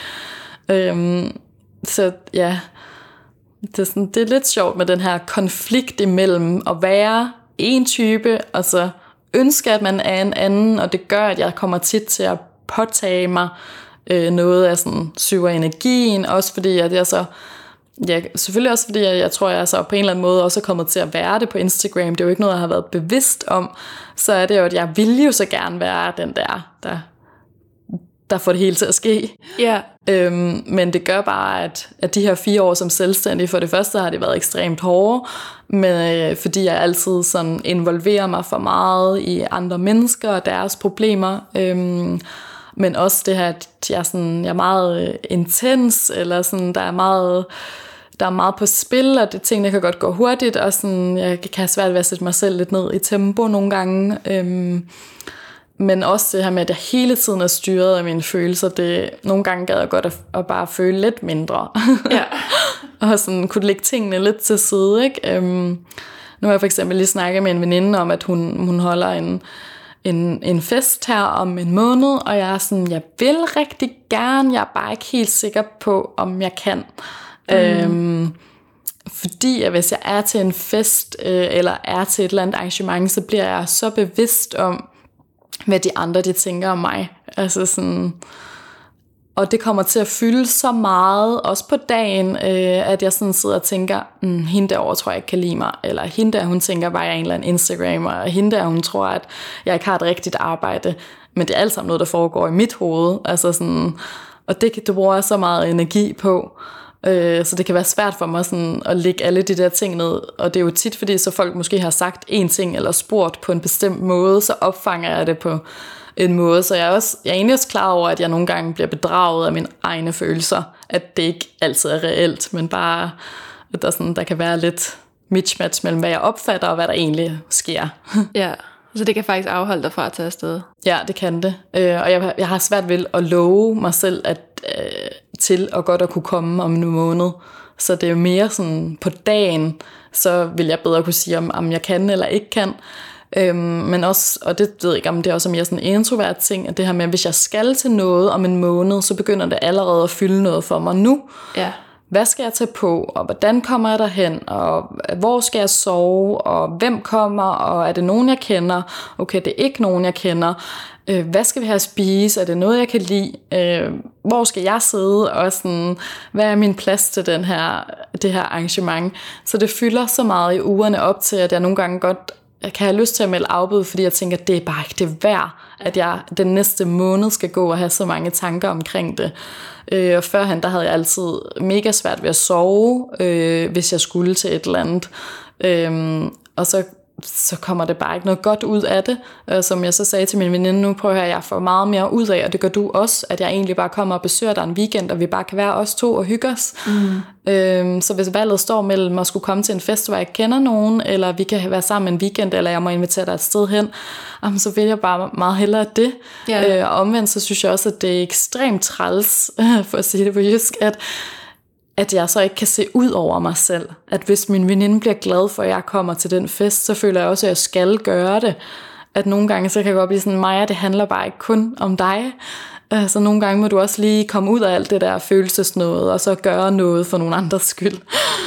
Så ja, det er lidt sjovt med den her konflikt imellem at være en type, og så ønske, at man er en anden, og det gør, at jeg kommer tit til at påtage mig noget af sådan 7'er energien, også fordi at jeg så, selvfølgelig også fordi jeg tror, jeg så på en eller anden måde også er kommet til at være det på Instagram. Det er jo ikke noget, jeg har været bevidst om. Så er det jo, at jeg vil jo så gerne være den der får det hele til at ske. Yeah. Men det gør bare, at de her 4 år som selvstændig, for det første har det været ekstremt hårde, men fordi jeg altid sådan involverer mig for meget i andre mennesker og deres problemer. Men også det her, at jeg er meget intens, eller sådan, der er meget på spil, og det tingene kan godt gå hurtigt, og sådan, jeg kan have svært ved at sætte mig selv lidt ned i tempo nogle gange. Men også det her med, at jeg hele tiden er styret af mine følelser, nogle gange gad jeg godt at bare føle lidt mindre. Ja. og sådan kunne lægge tingene lidt til side, ikke? Nu har jeg for eksempel lige snakket med en veninde om, at hun holder en fest her om en måned, og jeg er sådan, jeg vil rigtig gerne, jeg er bare ikke helt sikker på, om jeg kan. Fordi at hvis jeg er til en fest, eller er til et eller andet arrangement, så bliver jeg så bevidst om, hvad de andre de tænker om mig. Altså sådan, og det kommer til at fylde så meget, også på dagen, at jeg sådan sidder og tænker, hende derovre tror jeg ikke kan lide mig, eller hende der, hun tænker bare, jeg er en eller anden Instagrammer, og hende der, hun tror, at jeg ikke har et rigtigt arbejde. Men det er alt sammen noget, der foregår i mit hoved. Altså sådan, og det bruger så meget energi på. Så det kan være svært for mig sådan at lægge alle de der ting ned. Og det er jo tit, fordi så folk måske har sagt en ting, eller spurgt på en bestemt måde, så opfanger jeg det på en måde. Så jeg er egentlig også klar over, at jeg nogle gange bliver bedraget af mine egne følelser. At det ikke altid er reelt, men bare, at der kan være lidt mismatch mellem, hvad jeg opfatter, og hvad der egentlig sker. Ja, så det kan faktisk afholde dig fra at tage afsted. Ja, det kan det. Og jeg har svært ved at love mig selv, til og godt at kunne komme om en måned. Så det er mere sådan, på dagen, så vil jeg bedre kunne sige, om jeg kan eller ikke kan. Men også, og det ved jeg ikke, om det er også mere sådan en introvert ting, at det her med, at hvis jeg skal til noget om en måned, så begynder det allerede at fylde noget for mig nu. Ja. Hvad skal jeg tage på, og hvordan kommer jeg derhen, og hvor skal jeg sove, og hvem kommer, og er det nogen, jeg kender? Okay, det er ikke nogen, jeg kender. Hvad skal vi have at spise? Er det noget, jeg kan lide? Hvor skal jeg sidde? Og sådan, hvad er min plads til det her arrangement? Så det fylder så meget i ugerne op til, at jeg nogle gange godt kan have lyst til at melde afbud, fordi jeg tænker, at det er bare ikke det værd, at jeg den næste måned skal gå og have så mange tanker omkring det. Og førhen, der havde jeg altid mega svært ved at sove, hvis jeg skulle til et eller andet. Og så kommer det bare ikke noget godt ud af det. Som jeg så sagde til min veninde, nu prøver jeg får meget mere ud af, og det gør du også, at jeg egentlig bare kommer og besøger dig en weekend, og vi bare kan være os to og hygge os. Så hvis valget står mellem at skulle komme til en fest, hvor jeg ikke kender nogen, eller vi kan være sammen en weekend, eller jeg må invitere dig et sted hen, så vil jeg bare meget hellere det. Og omvendt, så synes jeg også, at det er ekstremt træls, for at sige det på jysk, at jeg så ikke kan se ud over mig selv. At hvis min veninde bliver glad for, at jeg kommer til den fest, så føler jeg også, at jeg skal gøre det. At nogle gange, så kan jeg godt blive sådan, Maja, det handler bare ikke kun om dig. Så nogle gange må du også lige komme ud af alt det der følelsesnåde, og så gøre noget for nogle andres skyld.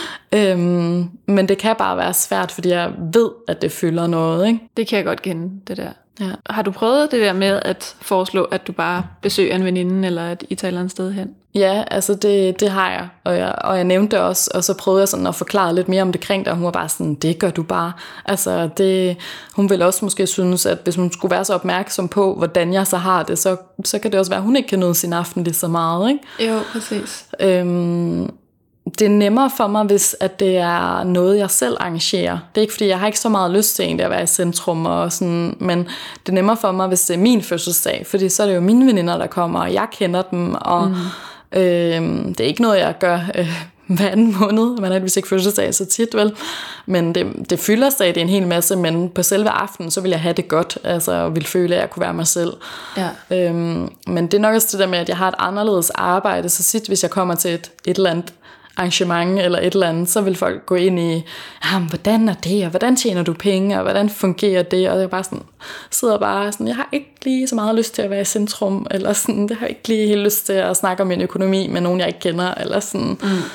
Men det kan bare være svært, fordi jeg ved, at det fylder noget, ikke? Det kan jeg godt kende, det der. Ja. Har du prøvet det der med at foreslå, at du bare besøger en veninde, eller at I tager et eller andet sted hen? Ja, altså det har jeg, og jeg nævnte det også, og så prøvede jeg sådan at forklare lidt mere om det kring det, og hun var bare sådan, det gør du bare. Altså hun ville også måske synes, at hvis hun skulle være så opmærksom på, hvordan jeg så har det, så kan det også være, at hun ikke kan nyde sin aften lige så meget, ikke? Jo, præcis. Det er nemmere for mig, hvis at det er noget, jeg selv arrangerer. Det er ikke, fordi jeg har ikke så meget lyst til egentlig at være i centrum, og sådan, men det er nemmere for mig, hvis det er min fødselsdag, fordi så er det jo mine veninder, der kommer, og jeg kender dem, og det er ikke noget, jeg gør hver anden måned. Man har heldigvis ikke fødselsdag så tit, vel? Men det fylder sig, det er en hel masse, men på selve aftenen, så vil jeg have det godt, altså, og vil føle, at jeg kunne være mig selv. Ja. Men det er nok også det der med, at jeg har et anderledes arbejde, så tit, hvis jeg kommer til et eller andet arrangement eller et eller andet, så vil folk gå ind i, hvordan er det, og hvordan tjener du penge, og hvordan fungerer det, og jeg bare sådan, sidder bare sådan, jeg har ikke lige så meget lyst til at være i centrum, eller sådan, jeg har ikke lige helt lyst til at snakke om min økonomi med nogen, jeg ikke kender, eller sådan.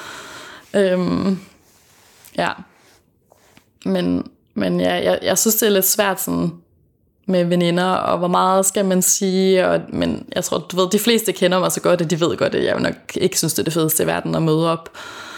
Ja. Men ja, jeg synes, det er lidt svært sådan, med veninder, og hvor meget skal man sige, men jeg tror, du ved, de fleste kender mig så godt, at de ved godt, at jeg jo nok ikke synes, det er det fedeste i verden at møde op.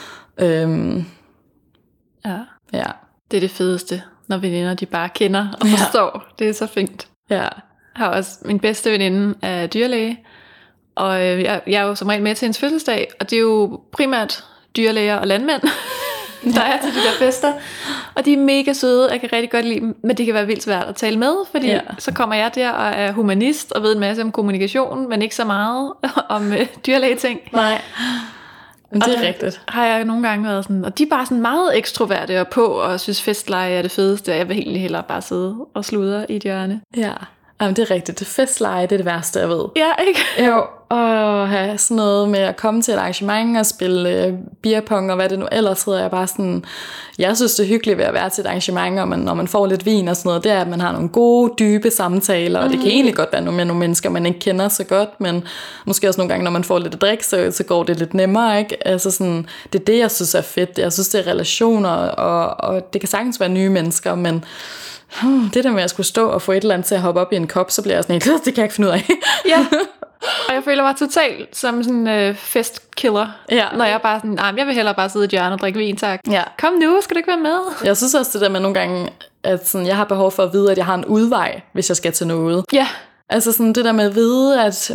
Ja. Det er det fedeste, når veninder, de bare kender og forstår. Ja. Det er så fint. Ja. Jeg har også min bedste veninde er dyrlæge, og jeg er jo som regel med til hendes fødselsdag, og det er jo primært dyrlæger og landmænd, der er til de der fester, og de er mega søde, jeg kan rigtig godt lide dem, men det kan være vildt svært at tale med, fordi så kommer jeg der og er humanist og ved en masse om kommunikation, men ikke så meget om dyrlægeting. Nej, men det er rigtigt. Har jeg nogle gange været sådan, og de er bare sådan meget ekstroverte og på, og synes festleje er det fedeste, og jeg vil helt hellere bare sidde og sludre i et hjørne. Ja, Jamen, det er rigtigt. Det festleje, det er det værste, jeg ved. Ja, ikke? Jo, og have sådan noget med at komme til et arrangement og spille beerpong og hvad det nu ellers hedder. Jeg bare sådan, jeg synes, det er hyggeligt ved at være til et arrangement, og når man får lidt vin og sådan noget, det er, at man har nogle gode, dybe samtaler, og det kan egentlig godt være med nogle mennesker, man ikke kender så godt, men måske også nogle gange, når man får lidt at drikke, så går det lidt nemmere, ikke? Altså sådan, det er det, jeg synes er fedt. Jeg synes, det er relationer, og det kan sagtens være nye mennesker, men det der med at skulle stå og få et eller andet til at hoppe op i en kop, så bliver jeg sådan helt, det kan jeg ikke finde ud af. Ja, og jeg føler mig totalt som sådan en festkiller, når jeg bare sådan, jeg vil hellere bare sidde i et hjørne og drikke vin, tak. Ja. Kom nu, skal du ikke være med? Jeg synes også det der med nogle gange, at sådan, jeg har behov for at vide, at jeg har en udvej, hvis jeg skal til noget. Ja. Altså sådan det der med at vide, at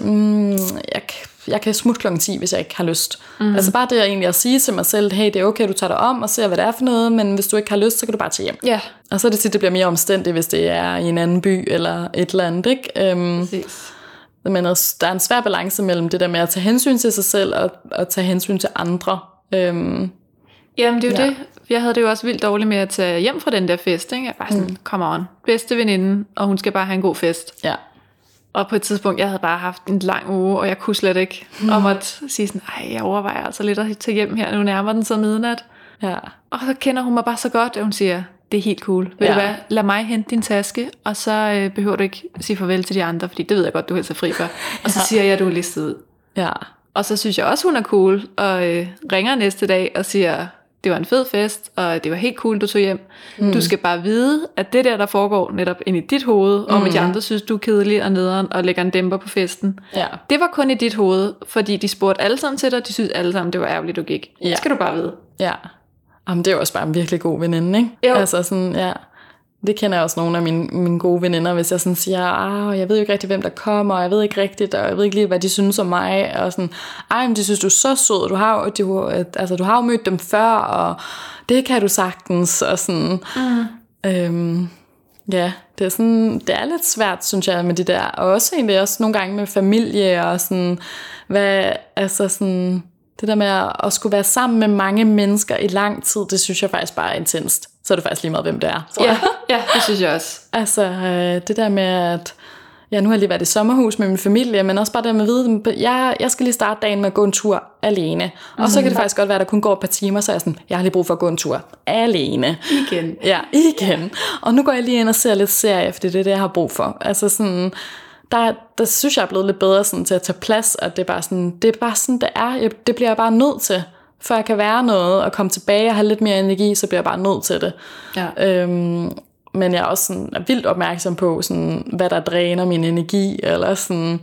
jeg kan smutte klokken 10, hvis jeg ikke har lyst. Altså bare det egentlig at sige til mig selv, hey, det er okay, du tager dig om og ser, hvad det er for noget, men hvis du ikke har lyst, så kan du bare tage hjem. Ja. Og så er det tit, det bliver mere omstændigt, hvis det er i en anden by eller et eller andet, ikke? Præcis. Men der er en svær balance mellem det der med at tage hensyn til sig selv og tage hensyn til andre. Jamen det er jo det. Jeg havde det jo også vildt dårligt med at tage hjem fra den der fest, ikke? Jeg var sådan, come on, bedste veninde, og hun skal bare have en god fest. Ja. Og på et tidspunkt, jeg havde bare haft en lang uge, og jeg kunne slet ikke. Og måtte sige sådan, jeg overvejer altså lidt at tage hjem her, nu nærmer den så midnat. Ja. Og så kender hun mig bare så godt, at hun siger, det er helt cool. Ved du hvad, lad mig hente din taske, og så behøver du ikke sige farvel til de andre, fordi det ved jeg godt, du er helt så fri for. Og så siger jeg, at du er listet ud. Ja. Og så synes jeg også, hun er cool, og ringer næste dag og siger, det var en fed fest, og det var helt cool, du tog hjem. Du skal bare vide, at det der foregår netop ind i dit hoved, om at de andre synes, du er kedelig og nederen, og lægger en dæmper på festen. Ja. Det var kun i dit hoved, fordi de spurgte alle sammen til dig, og de synes alle sammen, det var ærgerligt, du gik. Det skal du bare vide. Ja. Jamen, det er jo også bare en virkelig god veninde, ikke? Jo. Altså sådan, ja. Det kender jeg også nogle af mine gode veninder, hvis jeg sådan siger, jeg ved jo ikke rigtig, hvem der kommer, og jeg ved ikke rigtigt, og jeg ved ikke lige, hvad de synes om mig, og sådan, men de synes, du er så sød, du har jo mødt dem før, og det kan du sagtens, og sådan, ja, det er sådan, det er lidt svært, synes jeg, med det der, og også egentlig også nogle gange med familie, og sådan, det der med at skulle være sammen med mange mennesker i lang tid, det synes jeg faktisk bare er intenst. Så er det faktisk lige meget, hvem det er. Ja, det synes jeg også. Altså, det der med, at nu har jeg lige været i sommerhus med min familie, men også bare det med at vide, jeg skal lige starte dagen med at gå en tur alene. Og så kan det faktisk godt være, at der kun går et par timer, så er jeg sådan, jeg har lige brug for at gå en tur alene. Igen. Ja, igen. Og nu går jeg lige ind og ser lidt serie, for det er det, jeg har brug for. Altså sådan, der synes jeg er blevet lidt bedre sådan, til at tage plads, og det er bare sådan, det er. Det bliver jeg bare nødt til. For jeg kan være noget og komme tilbage og have lidt mere energi, så bliver jeg bare nødt til det. Ja. Men jeg er også sådan, vildt opmærksom på, sådan, hvad der dræner min energi, eller sådan,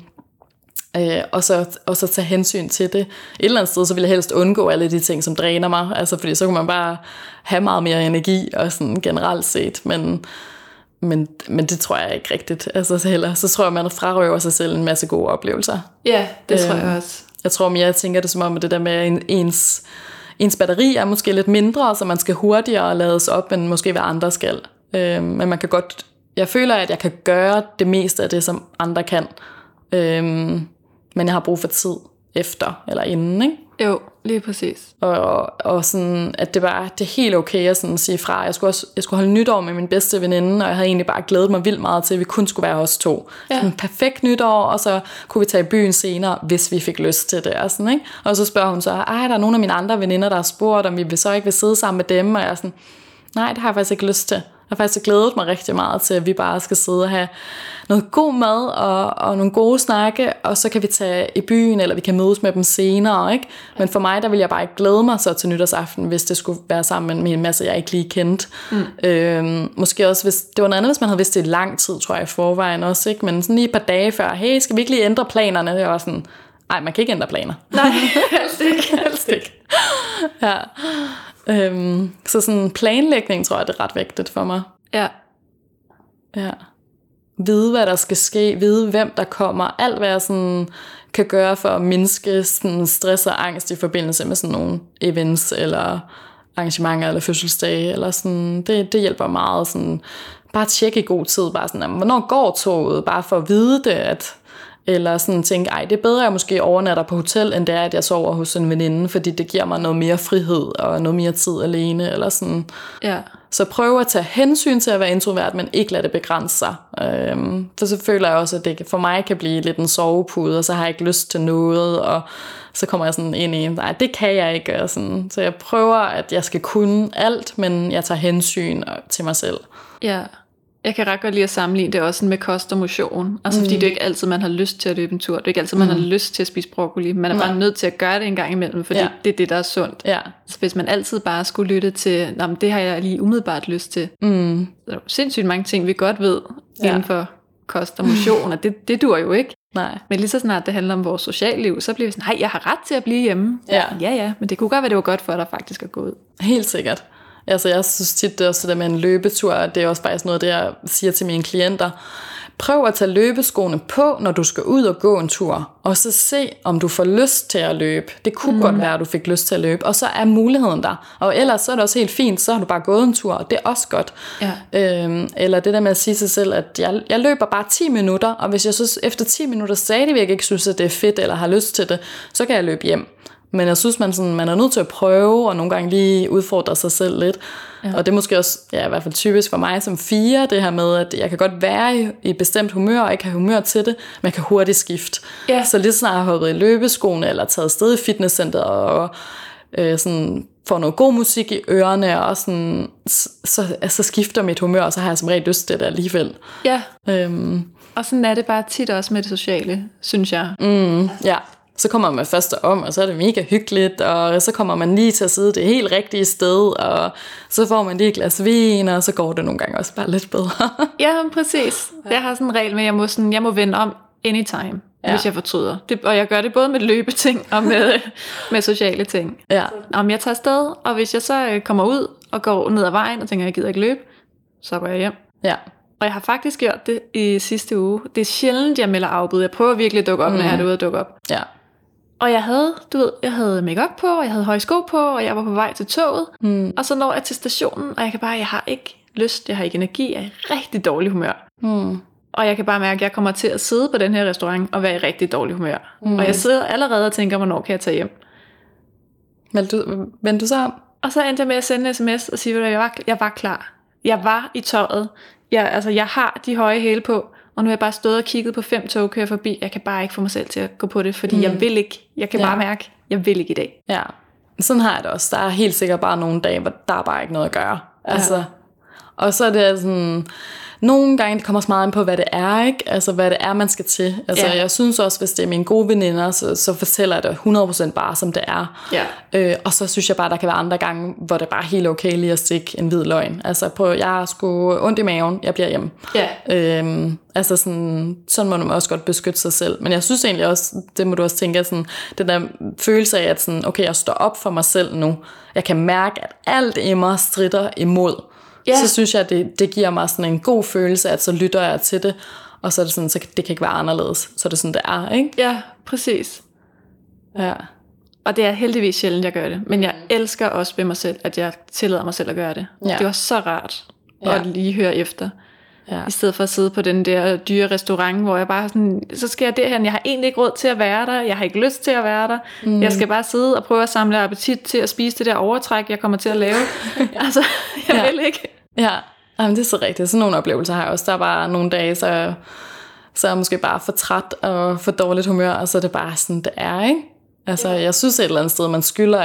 og så tage hensyn til det. Et eller andet sted, så vil jeg helst undgå alle de ting, som dræner mig, altså, fordi så kan man bare have meget mere energi, og sådan generelt set, men det tror jeg ikke rigtigt. Altså, så tror jeg, man frarøver sig selv en masse gode oplevelser. Ja, det tror jeg også. Jeg tror mere, jeg tænker det som om, at det der med ens batteri er måske lidt mindre, så man skal hurtigere lades op, end måske hvad andre skal. Men man kan godt, jeg føler, at jeg kan gøre det meste af det, som andre kan. Men jeg har brug for tid efter eller inden, ikke? Jo, lige præcis. Og sådan, at det er helt okay at sådan sige fra. Jeg skulle holde nytår med min bedste veninde, og jeg havde egentlig bare glædet mig vildt meget til, at vi kun skulle være os to. Ja. En perfekt nytår, og så kunne vi tage i byen senere, hvis vi fik lyst til det. Og, sådan, ikke? Og så spørger hun så, der er nogle af mine andre veninder, der har spurgt, om vi så ikke vil sidde sammen med dem, og jeg er sådan, nej, det har jeg faktisk ikke lyst til. Jeg har faktisk glædet mig rigtig meget til, at vi bare skal sidde og have noget god mad og nogle gode snakke, og så kan vi tage i byen, eller vi kan mødes med dem senere, ikke? Men for mig, der vil jeg bare ikke glæde mig så til nytårsaften, hvis det skulle være sammen med en masse, jeg ikke lige kendte. Måske også, hvis det var noget andet, hvis man havde vidst det i lang tid, tror jeg, i forvejen også, ikke? Men sådan lige et par dage før, hey, skal vi ikke lige ændre planerne? Jeg var sådan, nej, man kan ikke ændre planer. Nej, helst ikke. Ja. Så sådan planlægning, tror jeg, det er ret vigtigt for mig. Ja. Ja. Vide, hvad der skal ske, vide, hvem der kommer, alt hvad jeg sådan kan gøre for at mindske sådan stress og angst i forbindelse med sådan nogle events, eller arrangementer, eller fødselsdage, eller sådan, det hjælper meget, sådan, bare tjekke i god tid, bare sådan, hvornår går toget, bare for at vide det, Eller sådan tænke, det er bedre, at jeg måske overnatter på hotel, end det er, at jeg sover hos en veninde, fordi det giver mig noget mere frihed og noget mere tid alene. Eller sådan. Ja. Så prøv at tage hensyn til at være introvert, men ikke lade det begrænse sig. For så føler jeg også, at det for mig kan blive lidt en sovepude, og så har jeg ikke lyst til noget, og så kommer jeg sådan ind i, nej, det kan jeg ikke. Og sådan. Så jeg prøver, at jeg skal kunne alt, men jeg tager hensyn til mig selv. Ja. Jeg kan ret godt lide at sammenligne det også med kost og motion. Altså fordi det er ikke altid, man har lyst til at løbe en tur. Det er ikke altid, man har lyst til at spise broccoli. Man er bare nødt til at gøre det en gang imellem, fordi det er det, der er sundt. Ja. Så hvis man altid bare skulle lytte til, det har jeg lige umiddelbart lyst til. Så er der sindssygt mange ting, vi godt ved inden for kost og motion, og det dur jo ikke. Nej. Men lige så snart det handler om vores socialliv, så bliver vi sådan, nej, jeg har ret til at blive hjemme. Ja, men det kunne godt være, det var godt for dig faktisk at gå ud. Helt sikkert. Altså jeg synes tit, det er også det der med en løbetur, det er også bare sådan noget, det jeg siger til mine klienter. Prøv at tage løbeskoene på, når du skal ud og gå en tur, og så se, om du får lyst til at løbe. Det kunne godt være, at du fik lyst til at løbe, og så er muligheden der. Og ellers så er det også helt fint, så har du bare gået en tur, og det er også godt. Ja. Eller det der med at sige sig selv, at jeg løber bare 10 minutter, og hvis jeg så efter 10 minutter stadigvæk ikke synes, at det er fedt, eller har lyst til det, så kan jeg løbe hjem. Men jeg synes, man er nødt til at prøve, og nogle gange lige udfordre sig selv lidt. Ja. Og det er måske også, i hvert fald typisk for mig som 4, det her med, at jeg kan godt være i et bestemt humør, og ikke have humør til det, men jeg kan hurtigt skifte. Ja. Så lige snart jeg har hoppet i løbeskoene, eller taget sted i fitnesscenteret, og sådan får noget god musik i ørerne, og sådan, så skifter mit humør, og så har jeg som regel lyst til det alligevel. Ja, og sådan er det bare tit også med det sociale, synes jeg. Ja. Så kommer man først om, og så er det mega hyggeligt, og så kommer man lige til at sidde det helt rigtige sted, og så får man lige et glas vin, og så går det nogle gange også bare lidt bedre. Ja, præcis. Jeg har sådan en regel med, at jeg må vende om anytime, hvis jeg fortryder. Og jeg gør det både med løbeting og med sociale ting. Ja. Om jeg tager afsted, og hvis jeg så kommer ud og går ned ad vejen, og tænker, jeg gider ikke løbe, så går jeg hjem. Ja. Og jeg har faktisk gjort det i sidste uge. Det er sjældent, jeg melder afbud. Jeg prøver virkelig at dukke op, når jeg er ude at dukke op. Ja. Og jeg havde make-up på, og jeg havde høje sko på, og jeg var på vej til toget. Og så når jeg til stationen, og jeg har ikke lyst, jeg har ikke energi, jeg er i rigtig dårlig humør. Og jeg kan bare mærke, at jeg kommer til at sidde på den her restaurant og være i rigtig dårlig humør. Og jeg sidder allerede og tænker, hvornår kan jeg tage hjem? Vendte du så om? Og så endte jeg med at sende en sms og sige, at jeg var klar. Jeg var i tøjet. Jeg har de høje hæle på. Og nu har jeg bare stået og kigget på 5 tog kører forbi. Jeg kan bare ikke få mig selv til at gå på det, fordi jeg vil ikke. Jeg kan bare mærke, jeg vil ikke i dag. Ja, sådan har jeg det også. Der er helt sikkert bare nogle dage, hvor der er bare ikke noget at gøre. Altså, og så er det sådan, nogle gange det kommer så meget ind på, hvad det er, ikke? Altså, hvad det er, man skal til. Altså, jeg synes også, hvis det er mine gode veninder, så fortæller jeg det 100% bare, som det er. Ja. Og så synes jeg bare, der kan være andre gange, hvor det er bare helt okay lige at stikke en hvid løgn. Altså, jeg sgu ondt i maven, jeg bliver hjemme. Ja. Altså, sådan må man også godt beskytte sig selv. Men jeg synes egentlig også, det må du også tænke, sådan, den der følelse af, at sådan, okay, jeg står op for mig selv nu. Jeg kan mærke, at alt i mig stritter imod. Så synes jeg, at det giver mig sådan en god følelse, at så lytter jeg til det, og så er det sådan, så det kan ikke være anderledes. Så er det sådan, det er, ikke? Ja, præcis. Ja. Og det er heldigvis sjældent, jeg gør det. Men jeg elsker også ved mig selv, at jeg tillader mig selv at gøre det. Ja. Det var så rart at lige høre efter. Ja. I stedet for at sidde på den der dyre restaurant, hvor jeg bare sådan, så skal jeg derhen, jeg har egentlig ikke råd til at være der, jeg har ikke lyst til at være der, jeg skal bare sidde og prøve at samle appetit til at spise det der overtræk, jeg kommer til at lave. Altså, jeg vil ikke. Ja, jamen, det er så rigtigt. Sådan nogle oplevelser har jeg også. Der er bare nogle dage, så er jeg måske bare for træt og for dårligt humør, og så er det bare sådan, det er, ikke? Altså, jeg synes et eller andet sted, man skylder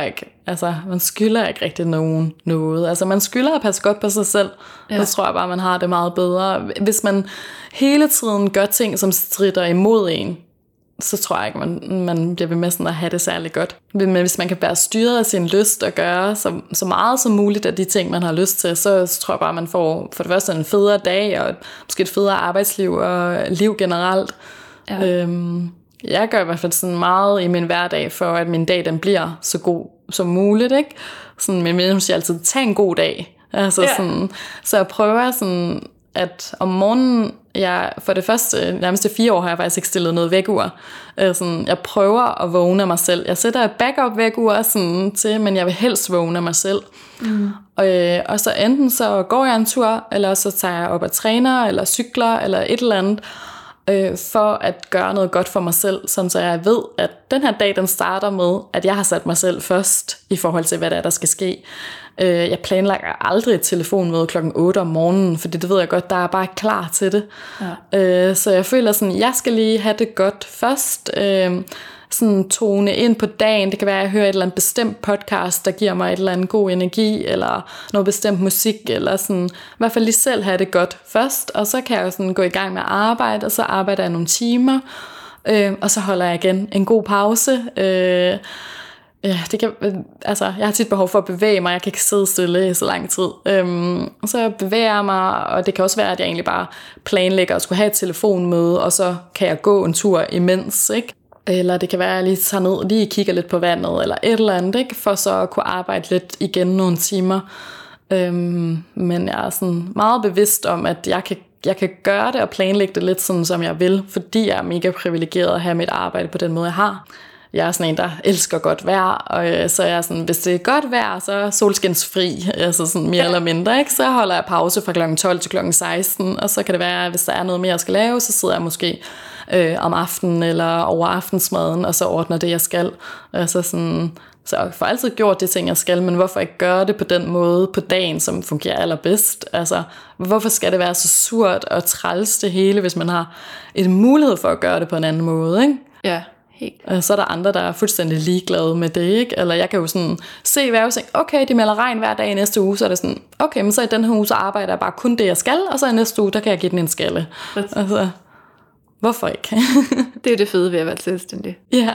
ikke rigtig nogen noget. Altså, man skylder at passe godt på sig selv. Så tror jeg bare, man har det meget bedre. Hvis man hele tiden gør ting, som stritter imod en, så tror jeg ikke, man bliver ved med sådan at have det særlig godt. Men hvis man kan være styret af sin lyst og gøre så meget som muligt af de ting, man har lyst til, så tror jeg bare, man får for det første en federe dag, og måske et federe arbejdsliv og liv generelt. Ja. Jeg gør i hvert fald sådan meget i min hverdag, for at min dag den bliver så god som muligt, ikke? Sådan, men jeg siger altid, tag en god dag. Altså, sådan, så jeg prøver sådan, at om morgenen, for det første, nærmest 4 år har jeg faktisk ikke stillet noget vækkeur. Jeg prøver at vågne af mig selv. Jeg sætter et backup vækkeur sådan til, men jeg vil helst vågne af mig selv. Og så enten så går jeg en tur, eller så tager jeg op og træner, eller cykler, eller et eller andet. for at gøre noget godt for mig selv, sådan så jeg ved, at den her dag, den starter med, at jeg har sat mig selv først i forhold til, hvad der skal ske. Jeg planlægger aldrig et telefonmøde klokken 8 om morgenen, fordi det ved jeg godt, der er bare klar til det. Ja. Så jeg føler sådan, jeg skal lige have det godt først, sådan tone ind på dagen. Det kan være, at jeg hører et eller andet bestemt podcast, der giver mig et eller andet god energi, eller noget bestemt musik, eller sådan, i hvert fald lige selv have det godt først, og så kan jeg jo sådan gå i gang med at arbejde, og så arbejder jeg nogle timer, og så holder jeg igen en god pause. Det kan, altså, jeg har tit behov for at bevæge mig. Jeg kan ikke sidde stille i så lang tid. Så bevæger jeg mig, og det kan også være, at jeg egentlig bare planlægger at skulle have et telefonmøde, og så kan jeg gå en tur imens, ikke? Eller det kan være, at jeg lige tager ned og lige kigger lidt på vandet, eller et eller andet, ikke? For så at kunne arbejde lidt igen nogle timer. Men jeg er sådan meget bevidst om, at jeg kan gøre det og planlægge det lidt sådan, som jeg vil, fordi jeg er mega privilegeret at have mit arbejde på den måde, jeg har. Jeg er sådan en, der elsker godt vejr, og så er jeg sådan, hvis det er godt vejr, så er solskinsfri, altså sådan mere eller mindre, ikke? Så holder jeg pause fra kl. 12 til kl. 16, og så kan det være, hvis der er noget mere, jeg skal lave, så sidder jeg måske om aftenen eller over aftensmaden, og så ordner det, jeg skal. Så jeg får altid gjort det ting, jeg skal, men hvorfor ikke gøre det på den måde på dagen, som fungerer allerbedst? Altså, hvorfor skal det være så surt og træls det hele, hvis man har en mulighed for at gøre det på en anden måde, ikke? Ja. Så er der andre, der er fuldstændig ligeglade med det, ikke? Eller jeg kan jo sådan se vejret og tænke, okay, det melder regn hver dag i næste uge, så er det sådan, okay, men så i den her uge, så arbejder jeg bare kun det, jeg skal, og så i næste uge, der kan jeg give den en skalle. Altså, hvorfor ikke? Det er det fede ved at være selvstændig. Ja,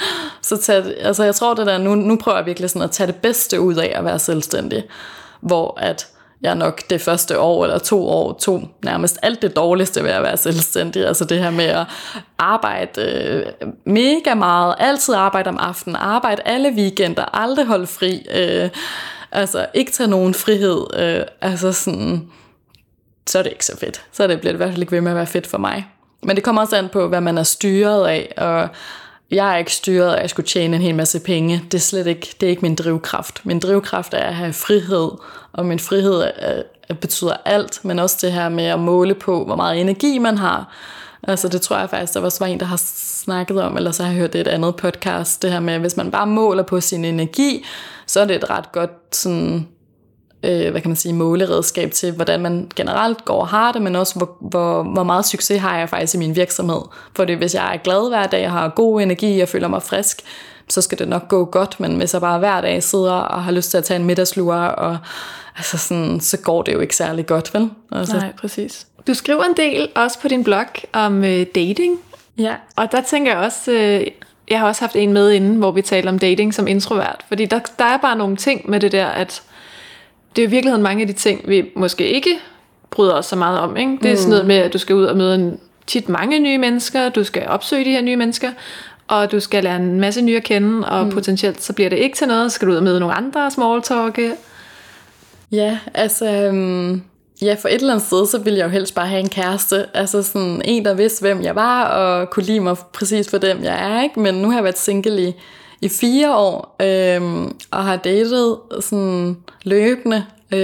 så jeg tror det der, nu prøver jeg virkelig sådan at tage det bedste ud af at være selvstændig, hvor at jeg nok det første år eller 2 år tog nærmest alt det dårligste ved at være selvstændig. Altså det her med at arbejde mega meget, altid arbejde om aftenen, arbejde alle weekender, aldrig holde fri, altså ikke tage nogen frihed, altså sådan, så er det ikke så fedt. Så bliver det i hvert fald ikke ved med at være fedt for mig. Men det kommer også an på, hvad man er styret af, og jeg er ikke styret af, at jeg skulle tjene en hel masse penge. Det er ikke min drivkraft. Min drivkraft er at have frihed, og min frihed betyder alt, men også det her med at måle på, hvor meget energi man har. Altså det tror jeg faktisk, der var en, der har snakket om, eller så har jeg hørt det i et andet podcast, det her med, hvis man bare måler på sin energi, så er det et ret godt sådan, hvad kan man sige, måleredskab til, hvordan man generelt går og har det, men også hvor meget succes har jeg faktisk i min virksomhed. For hvis jeg er glad hver dag, jeg har god energi, jeg føler mig frisk, så skal det nok gå godt, men hvis jeg bare hver dag sidder og har lyst til at tage en middagslur, og altså sådan, så går det jo ikke særlig godt, vel? Altså. Nej, præcis. Du skriver en del også på din blog om dating. Ja. Og der tænker jeg også, jeg har også haft en med inden, hvor vi taler om dating som introvert, fordi der er bare nogle ting med det der, at det er i virkeligheden mange af de ting, vi måske ikke bryder os så meget om, ikke? Det er sådan noget med, at du skal ud og møde tit mange nye mennesker, du skal opsøge de her nye mennesker, og du skal lære en masse nye at kende, og potentielt så bliver det ikke til noget, så skal du ud og møde nogle andre smalltalke. Ja, altså, ja, for et eller andet sted, så ville jeg jo helst bare have en kæreste, altså sådan en, der vidste, hvem jeg var, og kunne lide mig præcis for dem, jeg er, ikke? Men nu har jeg været single i 4 år, og har datet sådan løbende,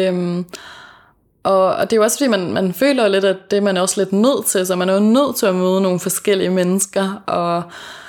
og det er jo også fordi, man føler lidt, at det er man også lidt nødt til, så man er jo nødt til at møde nogle forskellige mennesker, og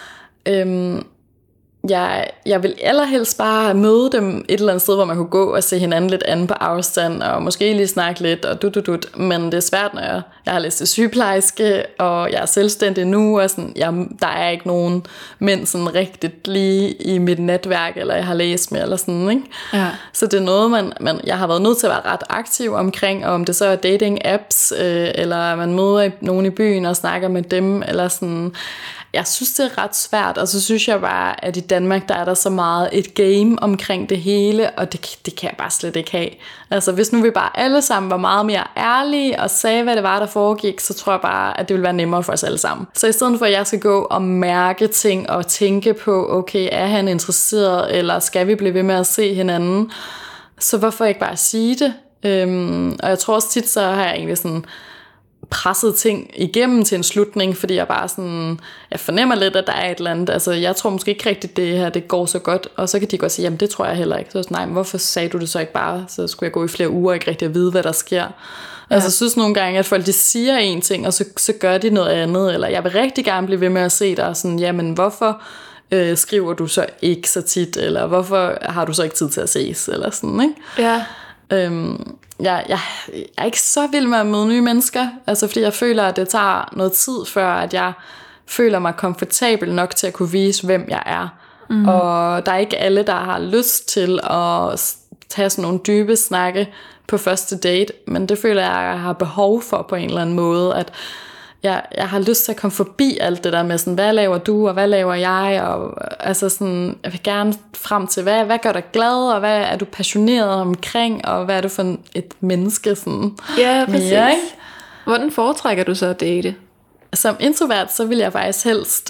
jeg vil allerhelst bare møde dem et eller andet sted, hvor man kunne gå og se hinanden lidt an på afstand, og måske lige snakke lidt, og men det er svært, når jeg har læst til sygeplejerske, og jeg er selvstændig nu, og sådan, der er ikke nogen mænd sådan rigtigt lige i mit netværk, eller jeg har læst med, eller sådan, ikke? Ja. Så det er noget, jeg har været nødt til at være ret aktiv omkring, og om det så er dating-apps, eller man møder nogen i byen og snakker med dem, eller sådan. Jeg synes, det er ret svært, og så synes jeg bare, at i Danmark, der er der så meget et game omkring det hele, og det kan jeg bare slet ikke have. Altså, hvis nu vi bare alle sammen var meget mere ærlige og sagde, hvad det var, der foregik, så tror jeg bare, at det ville være nemmere for os alle sammen. Så i stedet for, at jeg skal gå og mærke ting og tænke på, okay, er han interesseret, eller skal vi blive ved med at se hinanden, så hvorfor ikke bare sige det? Og jeg tror også tit, så har jeg egentlig sådan presset ting igennem til en slutning, fordi jeg bare sådan, jeg fornemmer lidt, at der er et eller andet, altså jeg tror måske ikke rigtigt, det her, det går så godt, og så kan de godt sige, jamen det tror jeg heller ikke, så nej, men hvorfor sagde du det så ikke bare, så skulle jeg gå i flere uger og ikke rigtig at vide, hvad der sker, Altså jeg synes nogle gange, at folk de siger en ting, og så gør de noget andet, eller jeg vil rigtig gerne blive ved med at se dig, sådan, jamen hvorfor skriver du så ikke så tit, eller hvorfor har du så ikke tid til at ses, eller sådan, ikke? Ja. Jeg er ikke så vild med at møde nye mennesker, altså fordi jeg føler, at det tager noget tid, før at jeg føler mig komfortabel nok til at kunne vise, hvem jeg er. Og der er ikke alle, der har lyst til at tage sådan nogle dybe snakke på første date, men det føler jeg har behov for på en eller anden måde, at jeg har lyst til at komme forbi alt det der med sådan, hvad laver du, og hvad laver jeg, og altså sådan, jeg vil gerne frem til, hvad gør dig glad, og hvad er du passioneret omkring, og hvad er du for et menneske sådan. Ja, præcis. Mere, ikke? Hvordan foretrækker du så at date? Som introvert, så vil jeg faktisk helst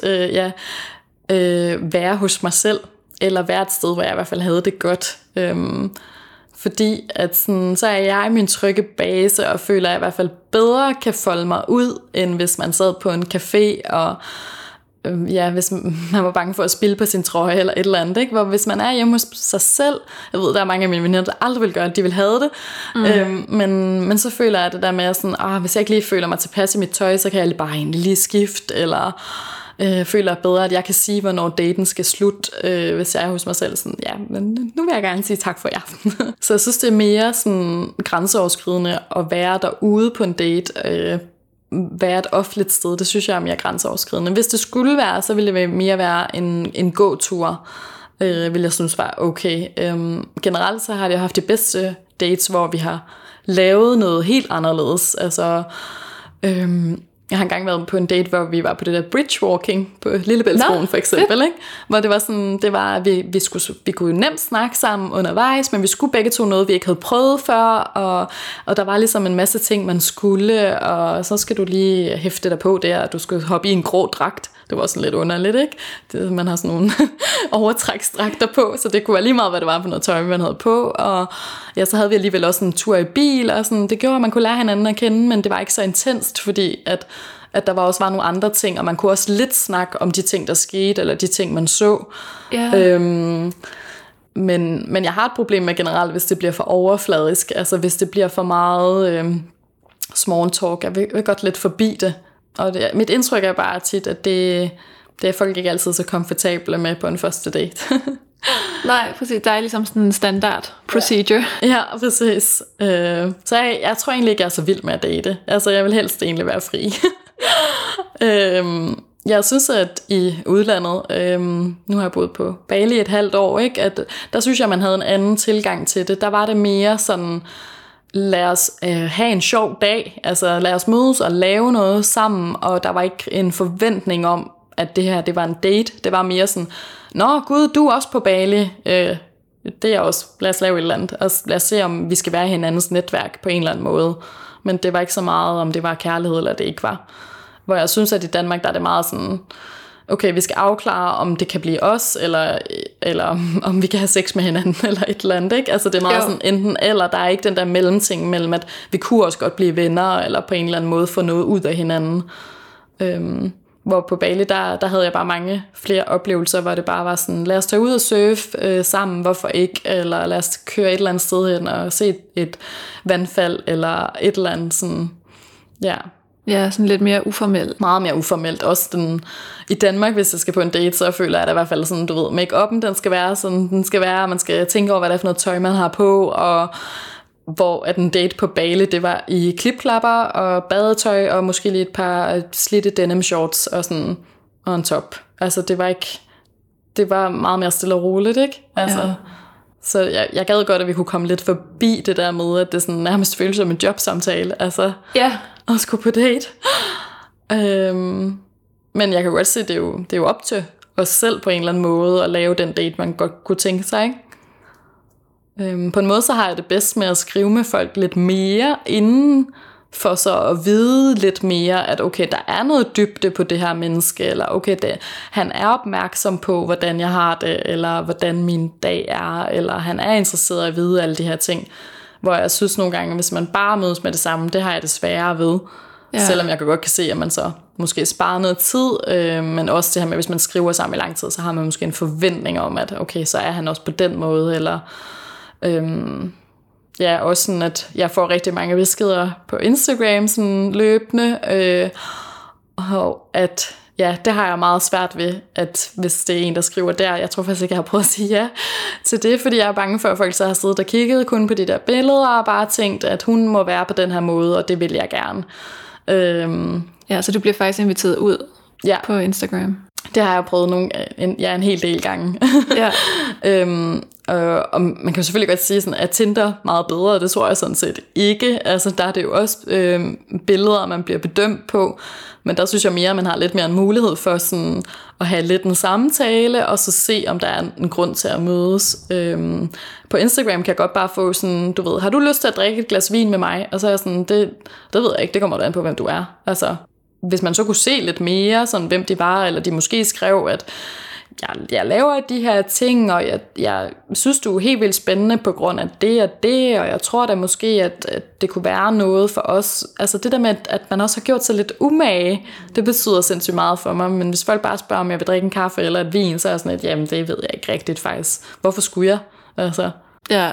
være hos mig selv, eller være et sted, hvor jeg i hvert fald havde det godt. Fordi at sådan, så er jeg min trygge base, og føler, at jeg i hvert fald bedre kan folde mig ud, end hvis man sad på en café, og hvis man var bange for at spille på sin trøje, eller et eller andet, ikke? Hvor hvis man er hjemme hos sig selv, jeg ved, der er mange af mine veninder, der aldrig vil gøre det, de vil have det, men så føler jeg det der med, sådan, hvis jeg ikke lige føler mig tilpas i mit tøj, så kan jeg bare egentlig lige skifte, eller føler bedre, at jeg kan sige, hvornår daten skal slutte, hvis jeg er hos mig selv. Sådan, ja, men nu vil jeg gerne sige tak for i aften. Så jeg synes, det er mere sådan grænseoverskridende at være derude på en date, være et offentligt sted. Det synes jeg er mere grænseoverskridende. Hvis det skulle være, så ville det mere være en gåtur, vil jeg synes var okay. Generelt så har jeg haft de bedste dates, hvor vi har lavet noget helt anderledes. Altså jeg har engang været på en date, hvor vi var på det der bridgewalking på Lillebæltsbroen for eksempel, ikke? Hvor det var sådan, vi kunne jo nemt snakke sammen undervejs, men vi skulle begge to noget, vi ikke havde prøvet før, og der var ligesom en masse ting, man skulle, og så skal du lige hæfte dig på der, og du skal hoppe i en grå dragt. Det var sådan lidt underligt, ikke? Man har sådan nogle overtræksdragter på, så det kunne være lige meget, hvad det var for noget tøj, man havde på. Og ja, så havde vi alligevel også en tur i bil, og sådan, det gjorde, at man kunne lære hinanden at kende, men det var ikke så intenst, fordi at der også var nogle andre ting, og man kunne også lidt snakke om de ting, der skete, eller de ting, man så. Yeah. Men jeg har et problem med generelt, hvis det bliver for overfladisk, altså hvis det bliver for meget small talk. Jeg vil godt lidt forbi det. Og mit indtryk er bare tit, at det er folk ikke altid så komfortable med på en første date. Nej, præcis. Der er ligesom sådan en standard procedure. Ja, præcis. Så jeg tror egentlig ikke, jeg er så vild med at date. Altså, jeg vil helst egentlig være fri. Jeg synes, at i udlandet, nu har jeg boet på Bali et halvt år, ikke? At der synes jeg, man havde en anden tilgang til det. Der var det mere sådan, lad os have en sjov dag, altså lad os mødes og lave noget sammen, og der var ikke en forventning om, at det her, det var en date. Det var mere sådan, nå gud, du er også på Bali, det er også, lad os lave et eller andet, og lad os se, om vi skal være i hinandens netværk på en eller anden måde. Men det var ikke så meget, om det var kærlighed, eller det ikke var. Hvor jeg synes, at i Danmark, der er det meget sådan, okay, vi skal afklare, om det kan blive os, eller om vi kan have sex med hinanden, eller et eller andet, ikke? Altså det er meget sådan enten eller, der er ikke den der mellemting mellem, at vi kunne også godt blive venner, eller på en eller anden måde få noget ud af hinanden. Hvor på Bali, der havde jeg bare mange flere oplevelser, hvor det bare var sådan, lad os tage ud og surfe sammen, hvorfor ikke, eller lad os køre et eller andet sted hen og se et vandfald, eller et eller andet sådan, ja. Ja, sådan lidt mere uformelt. Meget mere uformelt. Også i Danmark, hvis jeg skal på en date, så føler jeg, at i hvert fald sådan, du ved, make-up'en, den skal være sådan, den skal være, man skal tænke over, hvad det er for noget tøj, man har på, og hvor at en date på Bali, det var i klipklapper og badetøj, og måske lige et par slidte denim shorts og sådan, og en top. Altså, det var meget mere stille og roligt, ikke? Altså, ja. Så jeg gad godt, at vi kunne komme lidt forbi det der med, at det sådan nærmest føles som en jobsamtale, altså, at skulle på date. Men jeg kan godt se, det er jo op til os selv på en eller anden måde, at lave den date, man godt kunne tænke sig, ikke? På en måde, så har jeg det bedst med at skrive med folk lidt mere inden, for så at vide lidt mere, at okay, der er noget dybde på det her menneske, eller okay, han er opmærksom på, hvordan jeg har det, eller hvordan min dag er, eller han er interesseret i at vide alle de her ting. Hvor jeg synes nogle gange, hvis man bare mødes med det samme, det har jeg det sværere ved. Ja. Selvom jeg godt kan se, at man så måske sparer noget tid, men også det her med, hvis man skriver sammen i lang tid, så har man måske en forventning om, at okay, så er han også på den måde, eller ja, også sådan, at jeg får rigtig mange beskeder på Instagram sådan løbende, og at ja, det har jeg meget svært ved, at hvis det er en, der skriver der, jeg tror faktisk ikke, jeg har prøvet at sige ja til det, fordi jeg er bange for, at folk så har siddet og kigget kun på de der billeder og bare tænkt, at hun må være på den her måde, og det vil jeg gerne. Ja, så du bliver faktisk inviteret ud på Instagram. Det har jeg prøvet en hel del gange. Ja. Og man kan jo selvfølgelig godt sige, sådan, at Tinder meget bedre, det tror jeg sådan set ikke. Altså, der er det jo også billeder, man bliver bedømt på, men der synes jeg mere, at man har lidt mere en mulighed for sådan, at have lidt en samtale, og så se, om der er en grund til at mødes. På Instagram kan jeg godt bare få sådan, du ved, har du lyst til at drikke et glas vin med mig? Og så er jeg sådan, det ved jeg ikke, det kommer da an på, hvem du er. Altså, hvis man så kunne se lidt mere, sådan, hvem de var, eller de måske skrev, at jeg laver de her ting, og jeg synes, du er helt vildt spændende på grund af det og det, og jeg tror da måske, at det kunne være noget for os. Altså det der med, at man også har gjort sig lidt umage, det betyder sindssygt meget for mig, men hvis folk bare spørger, om jeg vil drikke en kaffe eller et vin, så er jeg sådan, at jamen det ved jeg ikke rigtigt faktisk. Hvorfor skulle jeg? Altså. Ja.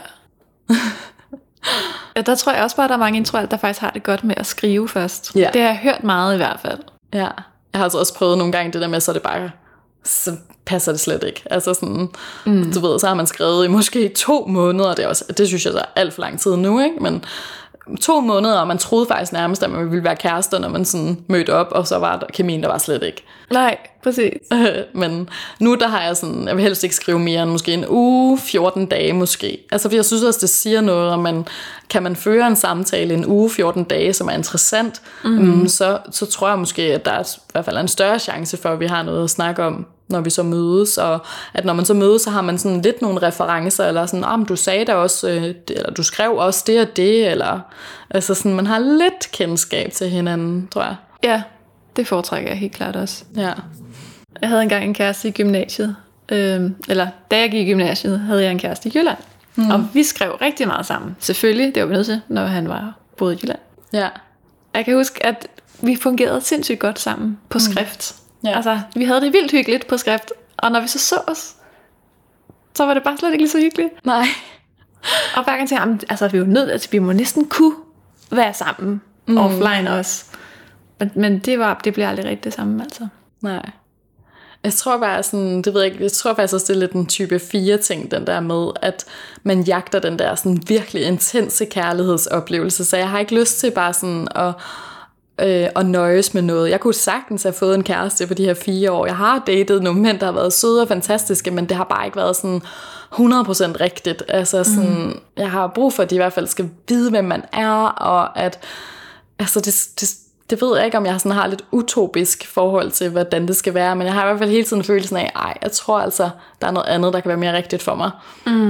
Ja, der tror jeg også bare, at der er mange introer, der faktisk har det godt med at skrive først. Ja. Det har jeg hørt meget i hvert fald. Ja, jeg har altså også prøvet nogle gange det der med, så er det bare, så passer det slet ikke. Altså sådan, du ved, så har man skrevet i måske 2 måneder, det synes jeg så er alt for lang tid nu, ikke? Men 2 måneder, og man troede faktisk nærmest, at man ville være kærester, når man sådan mødte op, og så var der kemien, der var slet ikke. Nej, præcis. Men nu der har jeg sådan, jeg vil helst ikke skrive mere end måske en uge, 14 dage måske. Altså for jeg synes også, det siger noget, om kan man føre en samtale en uge, 14 dage, som er interessant, så tror jeg måske, at der er i hvert fald en større chance for, at vi har noget at snakke om, når vi så mødes, og at når man så mødes, så har man sådan lidt nogle referencer, eller sådan, du sagde da også, eller du skrev også det og det, eller altså sådan, man har lidt kendskab til hinanden, tror jeg. Ja, det foretrækker jeg helt klart også. Ja. Jeg havde engang en kæreste i gymnasiet, eller da jeg gik i gymnasiet, havde jeg en kæreste i Jylland, og vi skrev rigtig meget sammen. Selvfølgelig, det var vi nødt til, når han boede i Jylland. Ja. Jeg kan huske, at vi fungerede sindssygt godt sammen på skrift. Ja. Altså, vi havde det vildt hyggeligt på skrift, og når vi så os, så var det bare slet ikke lige så hyggeligt. Nej. Og hver gang tænkte jeg, altså vi er jo nødt til, vi må næsten kunne være sammen offline også. Men det bliver aldrig rigtig det samme, altså. Nej. Jeg tror bare sådan, det ved jeg ikke, jeg tror faktisk også, det er lidt en type 4 ting, den der med, at man jagter den der sådan virkelig intense kærlighedsoplevelse, så jeg har ikke lyst til bare sådan at nøjes med noget. Jeg kunne sagtens have fået en kæreste på de her 4 år. Jeg har datet nogle mænd, der har været søde og fantastiske, men det har bare ikke været sådan 100% rigtigt. Altså sådan, jeg har brug for, at de i hvert fald skal vide, hvem man er, og at altså det ved jeg ikke, om jeg sådan har lidt utopisk forhold til, hvordan det skal være, men jeg har i hvert fald hele tiden følelsen af, jeg tror altså, der er noget andet, der kan være mere rigtigt for mig.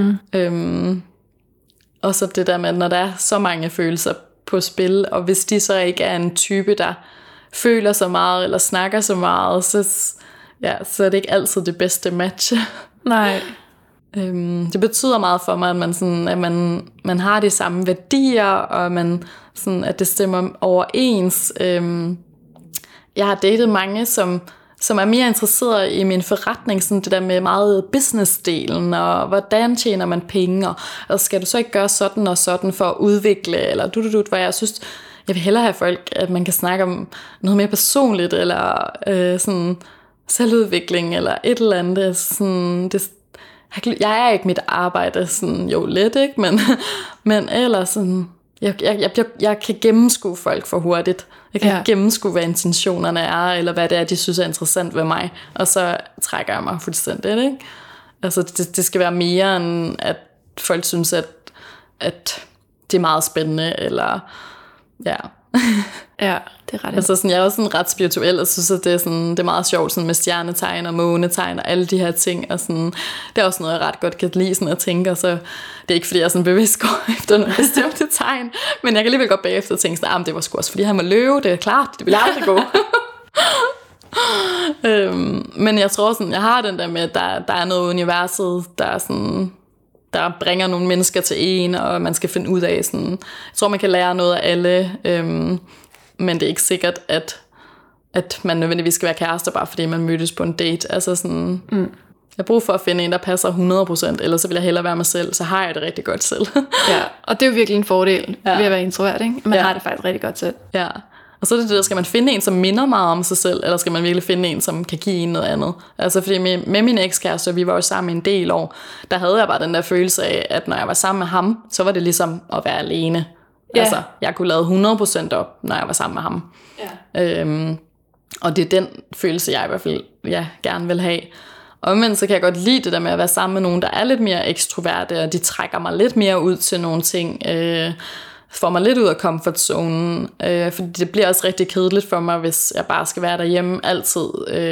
Og så det der med, når der er så mange følelser på spil, og hvis de så ikke er en type, der føler så meget, eller snakker så meget, så er det ikke altid det bedste match. Nej. Det betyder meget for mig, at man har de samme værdier, og man sådan, at det stemmer overens. Jeg har datet mange, som er mere interesseret i min forretning, sådan det der med meget business-delen, og hvordan tjener man penge, og skal du så ikke gøre sådan og sådan for at udvikle, eller hvor jeg synes, jeg vil hellere have folk, at man kan snakke om noget mere personligt, eller sådan selvudvikling, eller et eller andet. Sådan, jeg er ikke mit arbejde, sådan, jo lidt, ikke? Men ellers sådan, jeg kan gennemskue folk for hurtigt. Jeg kan gennemskue, hvad intentionerne er, eller hvad det er, de synes er interessant ved mig. Og så trækker jeg mig fuldstændigt, ikke? Altså, det skal være mere end, at folk synes, at det er meget spændende, eller ja. Ja, det er ret. Altså sådan, jeg er også sådan ret spirituel, og synes, at det er meget sjovt sådan med stjernetegn og månetegn og alle de her ting, og sådan, det er også noget, jeg ret godt kan lide sådan at tænke, og så det er ikke fordi, jeg sådan bevidst går efter nogle bestemte tegn, men jeg kan alligevel godt bagefter tænke sådan, det var sgu også fordi han var løve, det er klart, det vil aldrig gå. Men jeg tror sådan, jeg har den der med, at der er noget universet, der er sådan, der bringer nogle mennesker til en, og man skal finde ud af sådan, jeg tror man kan lære noget af alle, men det er ikke sikkert, at man nødvendigvis skal være kærester, bare fordi man mødes på en date. Altså sådan, Jeg har brug for at finde en, der passer 100%, eller så vil jeg hellere være mig selv, så har jeg det rigtig godt selv. Ja, og det er jo virkelig en fordel ved at være introvert, ikke? Man har det faktisk rigtig godt selv. Ja, og så er det der, skal man finde en, som minder meget om sig selv, eller skal man virkelig finde en, som kan give en noget andet? Altså fordi med min ekskæreste, vi var jo sammen en del år, der havde jeg bare den der følelse af, at når jeg var sammen med ham, så var det ligesom at være alene. Ja. Altså, jeg kunne lade 100% op, når jeg var sammen med ham. Ja. Og det er den følelse, jeg i hvert fald gerne vil have. Omvendt så kan jeg godt lide det der med at være sammen med nogen, der er lidt mere ekstroverte, og de trækker mig lidt mere ud til nogle ting, får mig lidt ud af comfortzonen, fordi det bliver også rigtig kedeligt for mig, hvis jeg bare skal være derhjemme altid.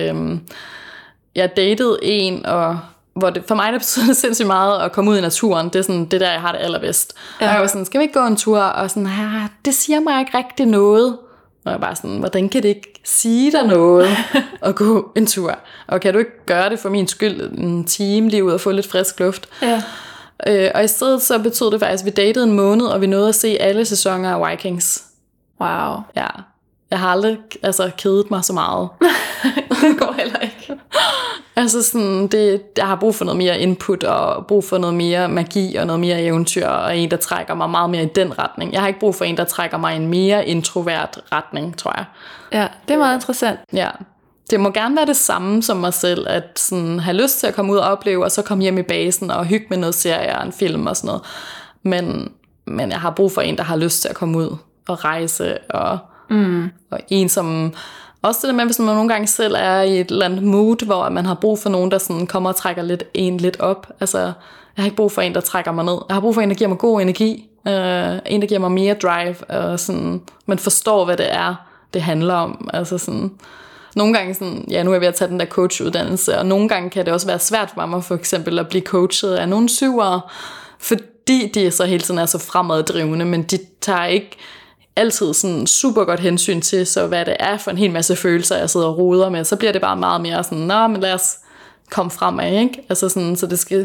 Jeg datede en, og hvor det, for mig der betyder sindssygt meget at komme ud i naturen. Det er sådan, det der, jeg har det allerbedst. Ja. Og jeg var sådan, skal vi ikke gå en tur? Og sådan, det siger mig ikke rigtig noget. Og jeg bare sådan, hvordan kan det ikke sige dig noget at gå en tur? Og kan du ikke gøre det for min skyld en time lige ud og få lidt frisk luft? Ja. Og i stedet så betød det faktisk, at vi datede en måned, og vi nåede at se alle sæsoner af Vikings. Wow. Ja. Jeg har aldrig kedet mig så meget. Det går heller ikke. Altså sådan, jeg har brug for noget mere input, og brug for noget mere magi, og noget mere eventyr, og en, der trækker mig meget mere i den retning. Jeg har ikke brug for en, der trækker mig i en mere introvert retning, tror jeg. Ja, det er meget interessant. Ja. Det må gerne være det samme som mig selv, at sådan, have lyst til at komme ud og opleve, og så komme hjem i basen og hygge med noget serie og en film og sådan noget. Men jeg har brug for en, der har lyst til at komme ud og rejse, og en, som... Også det der med, hvis man nogle gange selv er i et eller andet mood, hvor man har brug for nogen, der sådan kommer og trækker lidt op. Altså, jeg har ikke brug for en, der trækker mig ned. Jeg har brug for en, der giver mig god energi. En, der giver mig mere drive. Og sådan, man forstår, hvad det er, det handler om. Altså sådan... Nogle gange sådan, nu er jeg ved at tage den der coachuddannelse, og nogle gange kan det også være svært for mig for eksempel at blive coachet af nogle syvere, fordi de så hele tiden er så fremaddrivende, men de tager ikke altid sådan super godt hensyn til, så hvad det er for en hel masse følelser, jeg sidder og roder med, så bliver det bare meget mere sådan, men lad os komme fremad, ikke? Altså sådan, så det skal,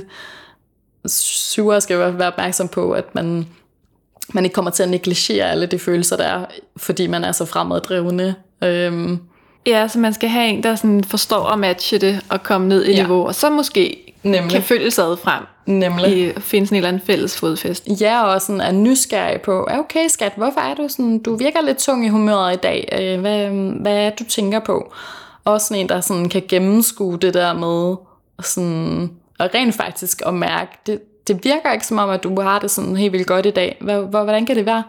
syvere skal være opmærksom på, at man ikke kommer til at negligere alle de følelser, der er, fordi man er så fremaddrivende. Ja, så man skal have en, der sådan forstår at matche det og komme ned i niveau, og så måske kan følge sig frem. Nemlig. Finde sådan en eller anden fælles fodfæst. Ja, og sådan er nysgerrig på, okay skat, hvorfor er du sådan, du virker lidt tung i humøret i dag, hvad er du tænker på? Også sådan en, der sådan kan gennemskue det der med, sådan, og rent faktisk at mærke, det virker ikke som om, at du har det sådan helt vildt godt i dag. Hvordan kan det være?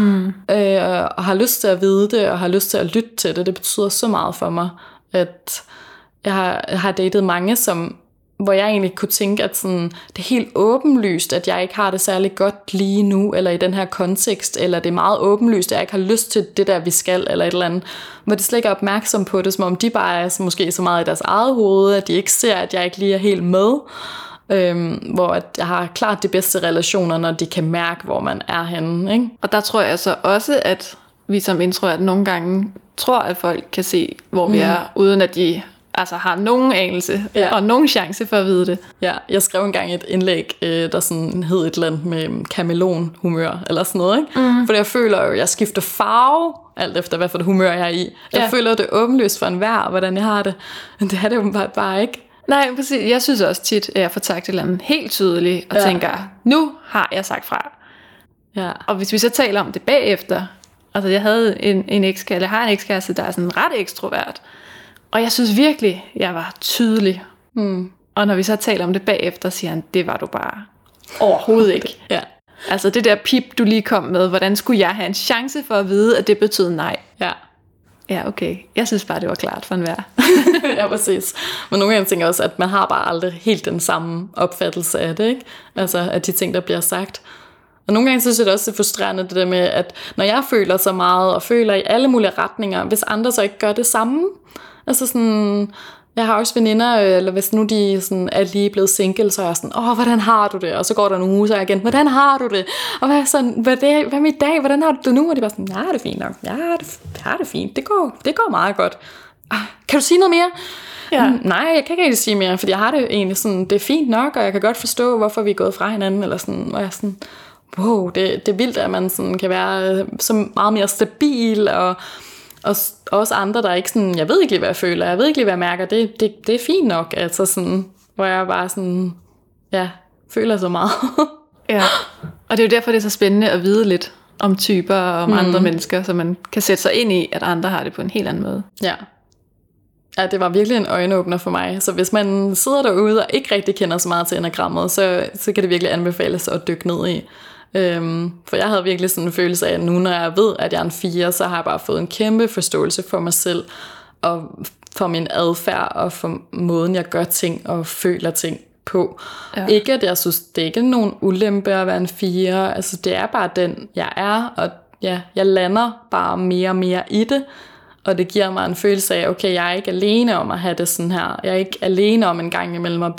Og har lyst til at vide det, og har lyst til at lytte til det. Det betyder så meget for mig, at jeg har datet mange, hvor jeg egentlig kunne tænke, at sådan, det er helt åbenlyst, at jeg ikke har det særlig godt lige nu, eller i den her kontekst, eller det er meget åbenlyst, at jeg ikke har lyst til det der, vi skal, eller et eller andet. Hvor de slet ikke er opmærksom på det, som om de bare er måske så meget i deres eget hoved, at de ikke ser, at jeg ikke lige er helt med. Hvor at jeg har klart de bedste relationer, når de kan mærke, hvor man er henne, ikke? Og der tror jeg så også, at vi som introvert nogle gange tror, at folk kan se, hvor vi er, uden at de har nogen anelse og nogen chance for at vide det. Ja, jeg skrev engang et indlæg, der sådan hed et eller andet med kameleonhumør, eller sådan noget, ikke? Fordi jeg føler jo, at jeg skifter farve, alt efter hvad for det humør jeg er i. Jeg føler det åbenlyst for enhver, hvordan jeg har det. Men det er det jo bare ikke. Nej, præcis. Jeg synes også tit, at jeg får sagt et eller andet helt tydeligt, og tænker, nu har jeg sagt fra. Ja. Og hvis vi så taler om det bagefter, altså jeg havde en ekskæreste, der er sådan ret ekstrovert, og jeg synes virkelig, jeg var tydelig. Og når vi så taler om det bagefter, siger han, det var du bare overhovedet ikke. Ja. Altså det der pip, du lige kom med, hvordan skulle jeg have en chance for at vide, at det betød nej? Ja. Ja, okay. Jeg synes bare, det var klart for enhver. Ja, præcis. Men nogle gange tænker også, at man har bare aldrig helt den samme opfattelse af det, ikke? Altså, af de ting, der bliver sagt. Og nogle gange synes jeg det også er frustrerende, det der med, at når jeg føler så meget, og føler i alle mulige retninger, hvis andre så ikke gør det samme. Altså sådan... Jeg har også veninder, eller hvis nu de sådan er lige blevet single, så er jeg sådan, hvordan har du det? Og så går der nogle uger, så er jeg igen, hvordan har du det? Og hvad med i dag? Hvordan har du det nu? Og de var sådan, ja, det er fint nok. Ja, det er fint. Det går meget godt. Kan du sige noget mere? Ja. Nej, jeg kan ikke rigtig sige mere, fordi jeg har det egentlig sådan, det er fint nok, og jeg kan godt forstå, hvorfor vi er gået fra hinanden, eller sådan, og jeg er sådan, wow, det er vildt, at man sådan kan være så meget mere stabil, og også andre, der er ikke sådan, jeg ved ikke lige, hvad jeg føler, jeg ved ikke lige, hvad jeg mærker, det er fint nok, altså sådan, hvor jeg bare sådan, føler så meget. Ja, og det er jo derfor, det er så spændende at vide lidt om typer og om andre mennesker, så man kan sætte sig ind i, at andre har det på en helt anden måde. Ja. Ja, det var virkelig en øjenåbner for mig. Så hvis man sidder derude og ikke rigtig kender så meget til enagrammet, så kan det virkelig anbefales at dykke ned i. For jeg havde virkelig sådan en følelse af, at nu når jeg ved, at jeg er en 4, så har jeg bare fået en kæmpe forståelse for mig selv, og for min adfærd, og for måden, jeg gør ting og føler ting på. Ja. Ikke at jeg synes, det er ikke nogen ulempe at være en 4. Altså det er bare den, jeg er, og ja, jeg lander bare mere og mere i det. Og det giver mig en følelse af, okay, jeg er ikke alene om at have det sådan her. Jeg er ikke alene om en gang imellem at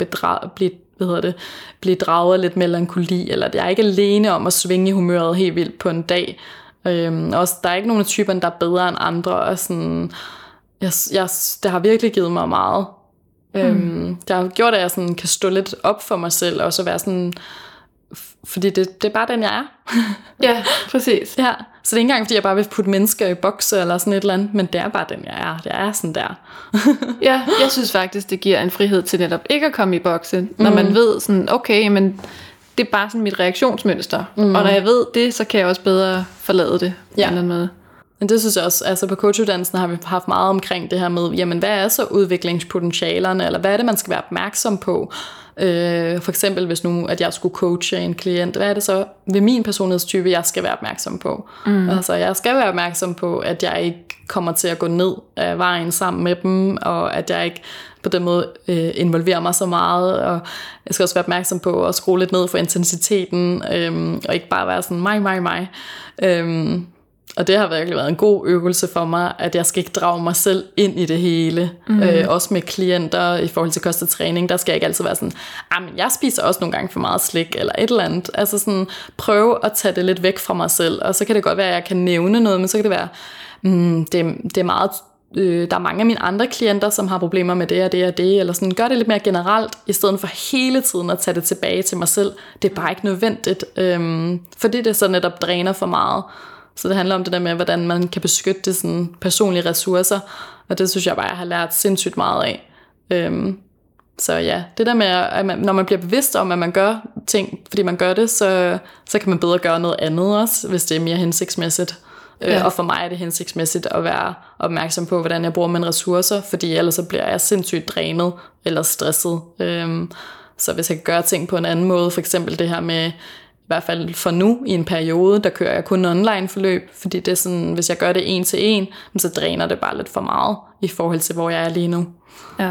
blive draget af lidt melankoli, eller jeg er ikke alene om at svinge i humøret helt vildt på en dag. Også, der er ikke nogen af typerne, der er bedre end andre, og sådan, det har virkelig givet mig meget. Det har gjort, at jeg sådan kan stå lidt op for mig selv, og så være sådan, fordi det er bare den, jeg er. Ja, præcis. Ja. Så det er ikke engang, fordi jeg bare vil putte mennesker i bokse eller sådan et eller andet, men det er bare den, jeg er. Det er sådan der. Ja, jeg synes faktisk, det giver en frihed til netop ikke at komme i bokse, når man ved sådan, okay, men det er bare sådan mit reaktionsmønster. Og når jeg ved det, så kan jeg også bedre forlade det på en eller anden måde. Men det synes jeg også, altså på coachuddannelsen har vi haft meget omkring det her med, jamen hvad er så udviklingspotentialerne, eller hvad er det, man skal være opmærksom på? For eksempel hvis nu, at jeg skulle coache en klient, hvad er det så ved min personlighedstype, jeg skal være opmærksom på? Altså jeg skal være opmærksom på, at jeg ikke kommer til at gå ned af vejen sammen med dem, og at jeg ikke på den måde involverer mig så meget, og jeg skal også være opmærksom på at skrue lidt ned for intensiteten, og ikke bare være sådan mig. Og det har virkelig været en god øvelse for mig, at jeg skal ikke drage mig selv ind i det hele. Også med klienter i forhold til kost og træning, der skal jeg ikke altid være sådan, men jeg spiser også nogle gange for meget slik, eller et eller andet. Altså sådan, prøve at tage det lidt væk fra mig selv, og så kan det godt være, at jeg kan nævne noget, men så kan det være, det er meget, der er mange af mine andre klienter, som har problemer med det og det og det, eller sådan, gør det lidt mere generelt, i stedet for hele tiden at tage det tilbage til mig selv. Det er bare ikke nødvendigt, fordi det så netop dræner for meget. Så det handler om det der med, hvordan man kan beskytte sådan personlige ressourcer, og det synes jeg bare, jeg har lært sindssygt meget af. Så ja, det der med, at når man bliver bevidst om, at man gør ting, fordi man gør det, så kan man bedre gøre noget andet også, hvis det er mere hensigtsmæssigt. Ja. Og for mig er det hensigtsmæssigt at være opmærksom på, hvordan jeg bruger mine ressourcer, fordi ellers så bliver jeg sindssygt drænet eller stresset. Så hvis jeg kan gøre ting på en anden måde, for eksempel det her med, i hvert fald for nu, i en periode, der kører jeg kun online forløb, fordi det er sådan, hvis jeg gør det 1 til 1, så dræner det bare lidt for meget, i forhold til, hvor jeg er lige nu. Ja.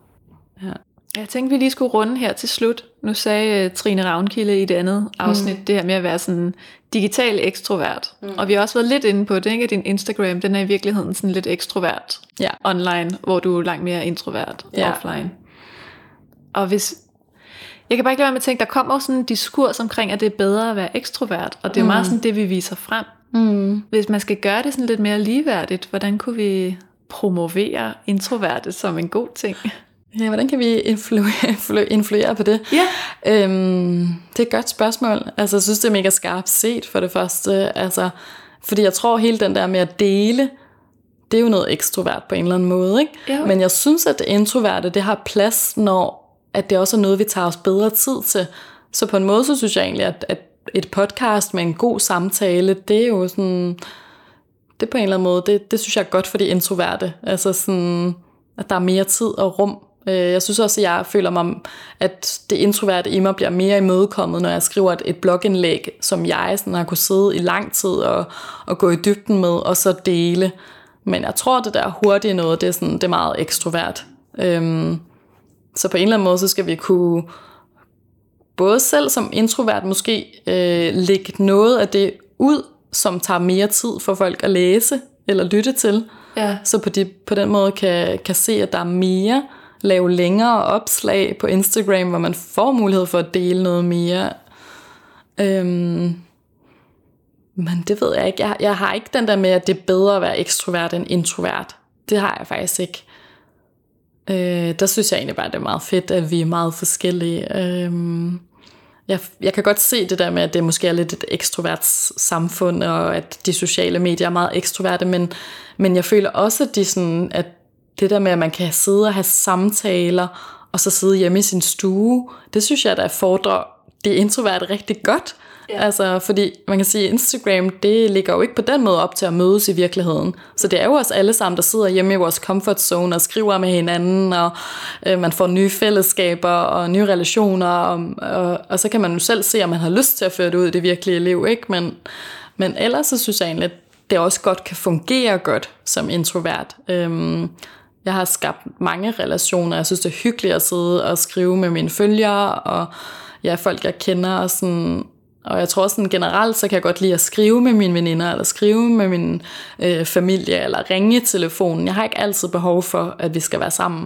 Jeg tænkte, vi lige skulle runde her til slut. Nu sagde Trine Ravnkilde i det andet afsnit, det her med at være sådan digital ekstrovert. Og vi har også været lidt inde på det, ikke? Din Instagram, den er i virkeligheden sådan lidt ekstrovert online, hvor du er langt mere introvert offline. Og jeg kan bare ikke lade være med at tænke, der kommer jo sådan en diskurs omkring, at det er bedre at være ekstrovert, og det er meget sådan det, vi viser frem. Hvis man skal gøre det sådan lidt mere ligeværdigt, hvordan kunne vi promovere introverte som en god ting? Ja, hvordan kan vi influere på det? Ja. Det er et godt spørgsmål. Altså, jeg synes, det er mega skarpt set for det første. Altså, fordi jeg tror, hele den der med at dele, det er jo noget ekstrovert på en eller anden måde, ikke? Ja. Men jeg synes, at det introverte, det har plads, når at det også er noget, vi tager os bedre tid til. Så på en måde, så synes jeg egentlig, at et podcast med en god samtale, det er jo sådan, det på en eller anden måde, det synes jeg er godt for de introverte. Altså sådan, at der er mere tid og rum. Jeg synes også, at jeg føler mig, at det introverte i mig bliver mere imødekommet, når jeg skriver et blogindlæg, som jeg sådan har kunnet sidde i lang tid og gå i dybden med, og så dele. Men jeg tror, det der hurtige noget, det er meget ekstrovert. Så på en eller anden måde, så skal vi kunne både selv som introvert måske lægge noget af det ud, som tager mere tid for folk at læse eller lytte til. Ja. Så på den måde kan se, at der er mere, lave længere opslag på Instagram, hvor man får mulighed for at dele noget mere. Men det ved jeg ikke. Jeg har ikke den der med, at det er bedre at være ekstrovert end introvert. Det har jeg faktisk ikke. Der synes jeg egentlig bare, at det er meget fedt, at vi er meget forskellige. Jeg kan godt se det der med, at det måske er lidt et ekstrovert samfund, og at de sociale medier er meget ekstroverte, men jeg føler også, at at det der med, at man kan sidde og have samtaler og så sidde hjemme i sin stue. Det synes jeg, der fordrer det introverte rigtig godt. Ja. Altså, fordi man kan sige, at Instagram, det ligger jo ikke på den måde op til at mødes i virkeligheden. Så det er jo os alle sammen, der sidder hjemme i vores comfort zone og skriver med hinanden, og man får nye fællesskaber og nye relationer, og så kan man jo selv se, om man har lyst til at føre det ud i det virkelige liv, ikke? Men ellers så synes jeg egentlig, at det også godt kan fungere godt som introvert. Jeg har skabt mange relationer. Jeg synes, det er hyggeligt at sidde og skrive med mine følgere, og folk, jeg kender, og sådan. Og jeg tror sådan generelt, så kan jeg godt lide at skrive med mine veninder, eller skrive med min familie, eller ringe i telefonen. Jeg har ikke altid behov for, at vi skal være sammen.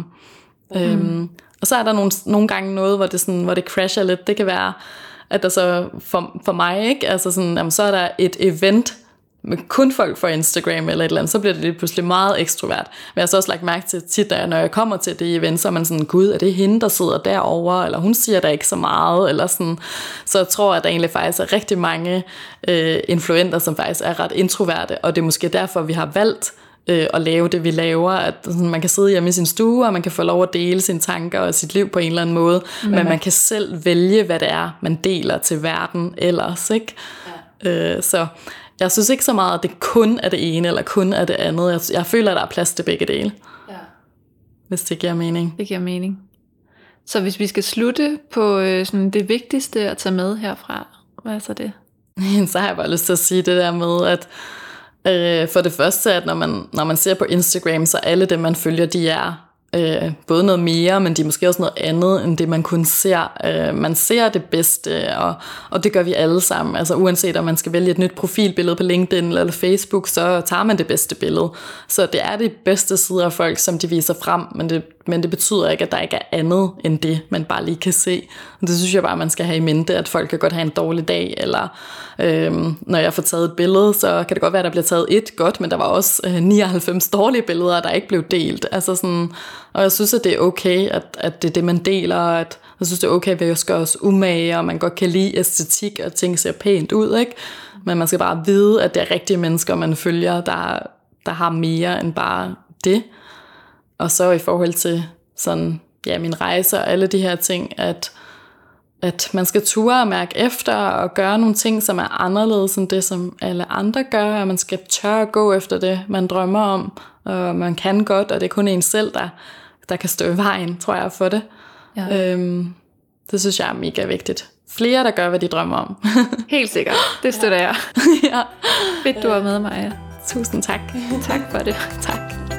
Og så er der nogle gange noget, hvor det crasher lidt. Det kan være, at der så for mig, ikke? Altså sådan, jamen, så er der et event, med kun folk fra Instagram eller et eller andet, så bliver det lige pludselig meget ekstrovert. Men jeg har så også lagt mærke til tit, når jeg kommer til det event, så er man sådan, gud, er det hende, der sidder derovre, eller hun siger der ikke så meget, eller sådan. Så jeg tror, at der egentlig faktisk er rigtig mange influenter, som faktisk er ret introverte, og det er måske derfor, vi har valgt at lave det, vi laver, at sådan, man kan sidde hjemme i sin stue, og man kan få lov at dele sine tanker og sit liv på en eller anden måde, men man kan selv vælge, hvad det er, man deler til verden ellers, ikke? Ja. Så jeg synes ikke så meget, at det kun er det ene, eller kun er det andet. Jeg føler, at der er plads til begge dele. Ja. Hvis det giver mening. Det giver mening. Så hvis vi skal slutte på sådan det vigtigste at tage med herfra, hvad er så det? Så har jeg bare lyst til at sige det der med, at for det første, at når man ser på Instagram, så alle dem, man følger, de er både noget mere, men de er måske også noget andet, end det man kun ser. Man ser det bedste, og det gør vi alle sammen. Altså uanset om man skal vælge et nyt profilbillede på LinkedIn eller Facebook, så tager man det bedste billede. Så det er de bedste sider af folk, som de viser frem, men det betyder ikke, at der ikke er andet end det, man bare lige kan se. Og det synes jeg bare, man skal have i mente, at folk kan godt have en dårlig dag, eller når jeg får taget et billede, så kan det godt være, at der bliver taget et godt, men der var også 99 dårlige billeder, der ikke blev delt. Altså sådan, og jeg synes, at det er okay, at det er det, man deler, at jeg synes, det er okay, at vi også gør os umage, og man godt kan lide æstetik, og ting ser pænt ud, ikke? Men man skal bare vide, at det er rigtige mennesker, man følger, der har mere end bare det. Og så i forhold til sådan, ja, min rejse og alle de her ting, at man skal ture og mærke efter og gøre nogle ting, som er anderledes end det, som alle andre gør, og man skal tørre at gå efter det, man drømmer om, og man kan godt, og det er kun en selv, der kan stå i vejen, tror jeg, for det. Ja. Det synes jeg er mega vigtigt. Flere, der gør, hvad de drømmer om. Helt sikkert. Det støtter jeg. Ja. Fedt, du var med mig. Tusind tak. Tak for det. Tak.